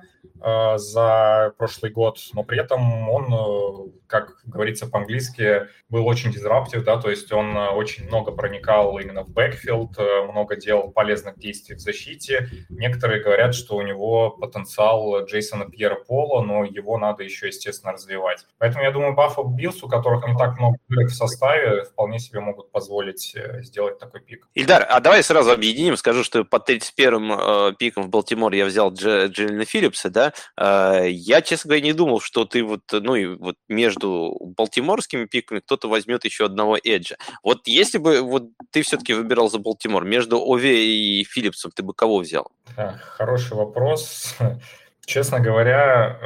за прошлый год, но при этом он, как говорится по-английски, был очень дизраптив, да, то есть он очень много проникал именно в бэкфилд, много делал полезных действий в защите. Некоторые говорят, что у него потенциал Джейсона Пьера-Пола, но его надо еще, естественно, развивать. Поэтому я думаю, Баффало Биллс, у которых не так много дырок в составе, вполне себе могут позволить сделать сделать такой пик. Ильдар, а давай сразу объединим, скажу, что под 31-м пиком в Балтимор я взял Джелена Филлипса, да, я, честно говоря, не думал, что ты вот между балтиморскими пиками кто-то возьмет еще одного эджа. Вот если бы вот ты все-таки выбирал за Балтимор, между Ове и Филлипсом ты бы кого взял? Хороший вопрос. Честно говоря,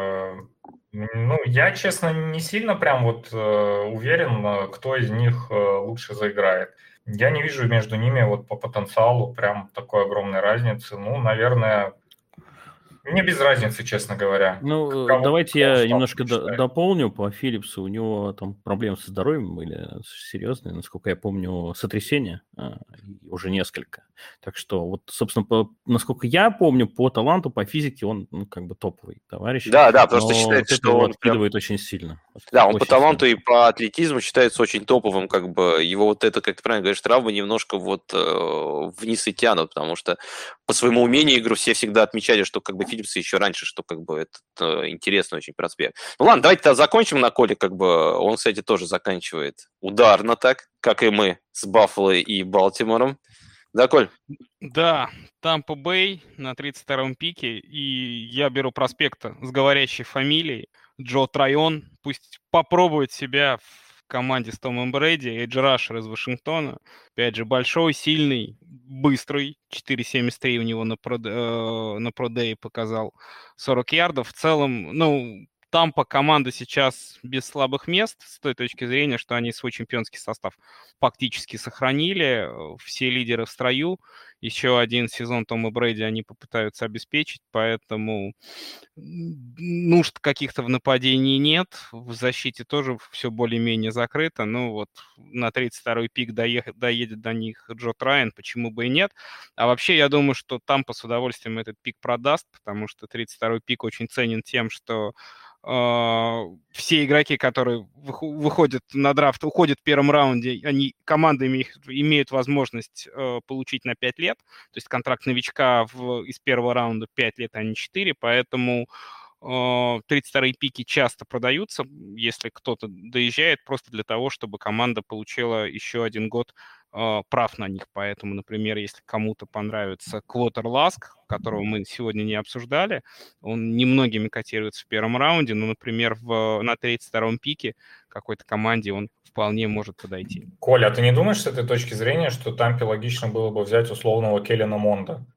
я, честно, не сильно прям вот уверен, кто из них лучше заиграет. Я не вижу между ними вот по потенциалу прям такой огромной разницы. Наверное, мне без разницы, честно говоря. Давайте я немножко дополню по Филлипсу. У него там проблемы со здоровьем были серьезные, насколько я помню, сотрясение уже несколько. Так что вот, собственно, насколько я помню, по таланту, по физике он как бы топовый товарищ. Да, просто считается, что он откидывает очень сильно. Да, он по таланту и по атлетизму считается очень топовым, как бы его вот это, как ты правильно говоришь, травмы немножко вот вниз и тянут, потому что по своему умению игру все всегда отмечали, что как бы Филлипс еще раньше, что как бы это интересный очень проспект. Ладно, давайте тогда закончим на Коле, как бы он, кстати, тоже заканчивает ударно так, как и мы с Баффало и Балтимором. Да, Коль? Да, Тампа Бэй на 32-м пике, и я беру проспекта с говорящей фамилией Джо Трайон. Пусть попробует себя в команде с Томом Брэди, эдж рашер из Вашингтона. Опять же, большой, сильный, быстрый. 4.73 у него на продее показал 40 ярдов. В целом, Тампа команда сейчас без слабых мест с той точки зрения, что они свой чемпионский состав фактически сохранили. Все лидеры в строю. Еще один сезон Тома Брэди они попытаются обеспечить, поэтому нужд каких-то в нападении нет. В защите тоже все более-менее закрыто. На 32-й пик доедет до них Джо Трайон, почему бы и нет. А вообще, я думаю, что Тампа с удовольствием этот пик продаст, потому что 32-й пик очень ценен тем, что все игроки, которые выходят на драфт, уходят в первом раунде, командами имеют возможность получить на 5 лет. То есть контракт новичка из первого раунда 5 лет, а не 4. Поэтому 32-е пики часто продаются, если кто-то доезжает, просто для того, чтобы команда получила еще один год прав на них. Поэтому, например, если кому-то понравится Квотер Ласк, которого мы сегодня не обсуждали, он немногими котируется в первом раунде, но, например, на 32-м пике какой-то команде он вполне может подойти. Коля, а ты не думаешь с этой точки зрения, что Тампе логично было бы взять условного Келлена Монда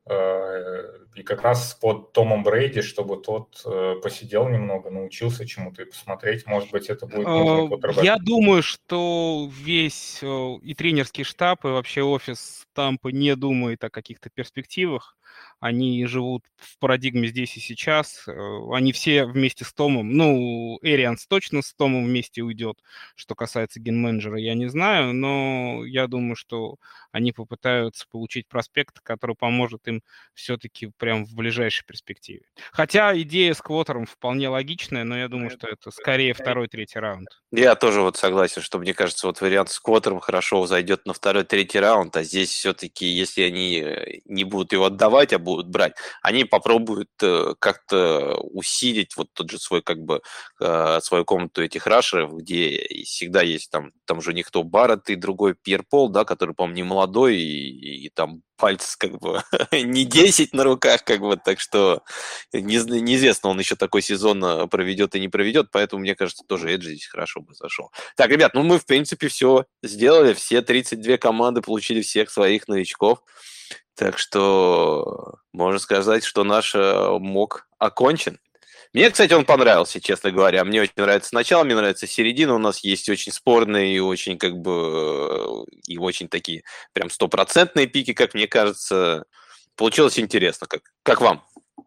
и как раз под Томом Брейди, чтобы тот посидел немного, научился чему-то и посмотреть, может быть, это будет нужный квотербэк? Я думаю, что весь и тренерский штаб, и вообще офис Тампы не думает о каких-то перспективах. Они живут в парадигме здесь и сейчас. Они все вместе с Томом. Эрианс точно с Томом вместе уйдет. Что касается ген-менеджера, я не знаю. Но я думаю, что они попытаются получить проспект, который поможет им все-таки прям в ближайшей перспективе. Хотя идея с квотером вполне логичная, но я думаю, что это скорее второй-третий раунд. Я тоже вот согласен, что мне кажется, вот вариант с квотером хорошо зайдет на второй-третий раунд, а здесь все-таки, если они не будут его отдавать, а будут брать, они попробуют как-то усилить вот тот же свой, как бы, свою комнату этих рашеров, где всегда есть там же никто Барретт и другой Пьер Пол, да, который, по-моему, не молодой, и там пальцы как бы не 10 на руках, как бы, так что неизвестно, он еще такой сезон проведет и не проведет, поэтому, мне кажется, тоже Эдж здесь хорошо бы зашел. Так, ребят, мы, в принципе, все сделали, все 32 команды получили всех своих новичков, так что можно сказать, что наш мок окончен. Мне, кстати, он понравился, честно говоря. Мне очень нравится начало, мне нравится середина. У нас есть очень спорные и очень, как бы, и очень такие прям 100% пики, как мне кажется. Получилось интересно. Как вам?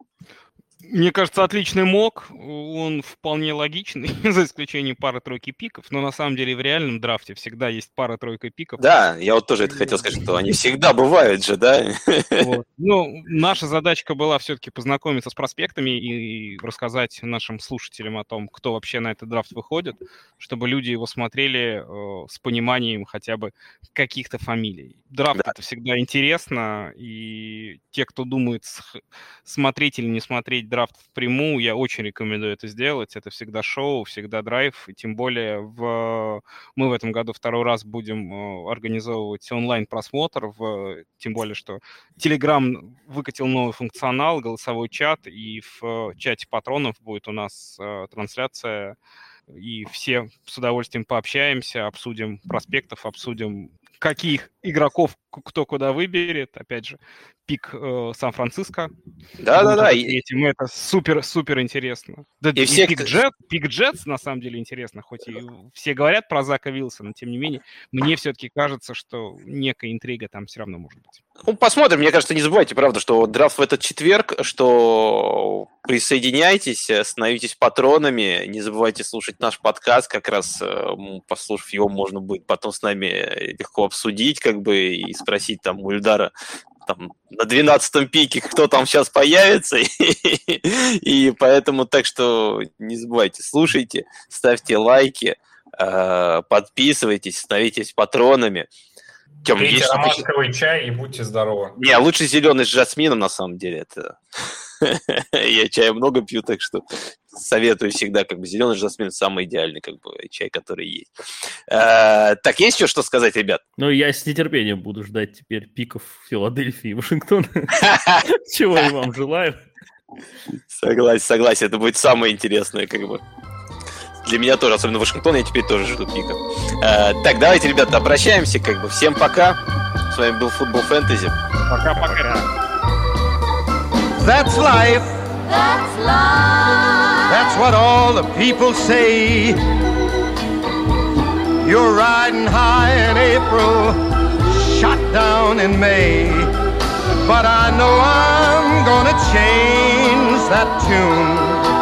Мне кажется, отличный мок, он вполне логичный, за исключением пары-тройки пиков, но на самом деле в реальном драфте всегда есть пара-тройка пиков. Да, я вот тоже это хотел сказать, что они всегда бывают же, да? Вот. Наша задачка была все-таки познакомиться с проспектами и рассказать нашим слушателям о том, кто вообще на этот драфт выходит, чтобы люди его смотрели с пониманием хотя бы каких-то фамилий. Драфт это всегда интересно, и те, кто думает смотреть или не смотреть драфт впрямую, я очень рекомендую это сделать. Это всегда шоу, всегда драйв. И тем более мы в этом году второй раз будем организовывать онлайн-просмотр. Тем более, что Telegram выкатил новый функционал, голосовой чат. И в чате патронов будет у нас трансляция. И все с удовольствием пообщаемся, обсудим проспектов, обсудим, каких игроков кто куда выберет. Опять же, пик Сан-Франциско. Да-да-да. Этим это супер интересно. Да, и все, пик Джетс, на самом деле, интересно. Хоть и все говорят про Зака Вилсона, тем не менее, мне все-таки кажется, что некая интрига там все равно может быть. Ну, посмотрим. Мне кажется, не забывайте, правда, что драфт в этот четверг, что присоединяйтесь, становитесь патронами, не забывайте слушать наш подкаст, как раз послушав его, можно будет потом с нами легко обсудить, как бы, и спросить там у Ильдара, там, на 12-м пике, кто там сейчас появится, и поэтому, так что не забывайте, слушайте, ставьте лайки, подписывайтесь, становитесь патронами. Пейте ромашковый чай и будьте здоровы. Не, лучше зеленый с жасмином, на самом деле, это... Я чая много пью, так что советую всегда, как бы, зеленый жасмин самый идеальный, как бы, чай, который есть. Так, есть еще что сказать, ребят? Ну, я с нетерпением буду ждать теперь пиков Филадельфии и Вашингтона. Чего я вам желаю. Согласен, это будет самое интересное, как бы. Для меня тоже, особенно Вашингтон, я теперь тоже жду пиков. Так, давайте, ребята, обращаемся, как бы. Всем пока. С вами был Футбол Фэнтези. Пока-пока. That's life. That's life. That's what all the people say. You're riding high in April, shot down in May. But I know I'm gonna change that tune.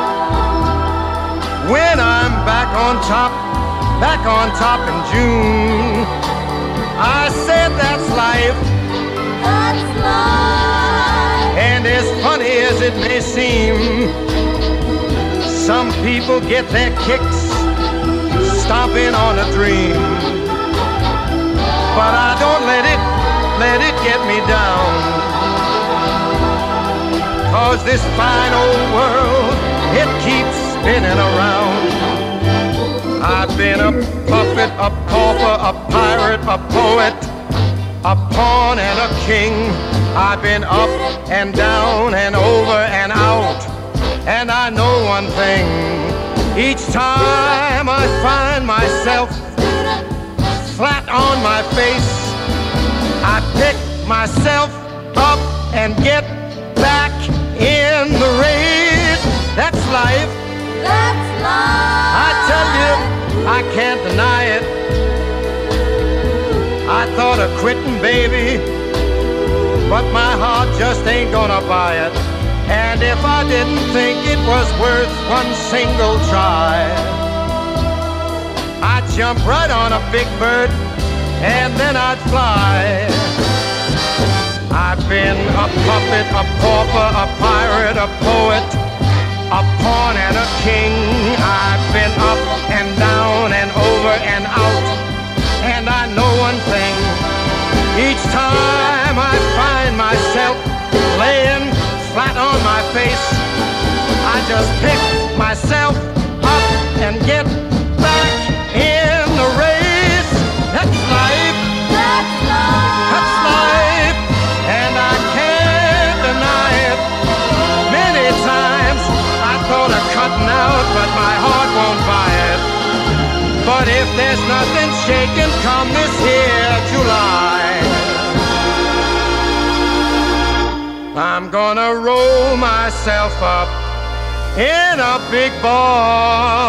When I'm back on top in June. I said that's life. That's life. And as funny as it may seem, some people get their kicks stomping on a dream. But I don't let it get me down. 'Cause this fine old world, it keeps spinning around. I've been a puppet, a pauper, a pirate, a poet, a pawn and a king. I've been up and down and over and out. And I know one thing, each time I find myself flat on my face, I pick myself up and get back in the race. That's life. That's life. I tell you, I can't deny it. I thought of quitting, baby, but my heart just ain't gonna buy it. And if I didn't think it was worth one single try, I'd jump right on a big bird and then I'd fly. I've been a puppet, a pauper, a pirate, a poet, a pawn and a king. I've been up and down and over and out. And I know one thing, each time I find myself laying flat on my face, I just pick myself up and get back in the race. That's life. That's life. That's life. And I can't deny it. Many times I thought of cutting out, but my heart won't buy it. But if there's nothing shaking come this here July, I'm gonna roll myself up in a big ball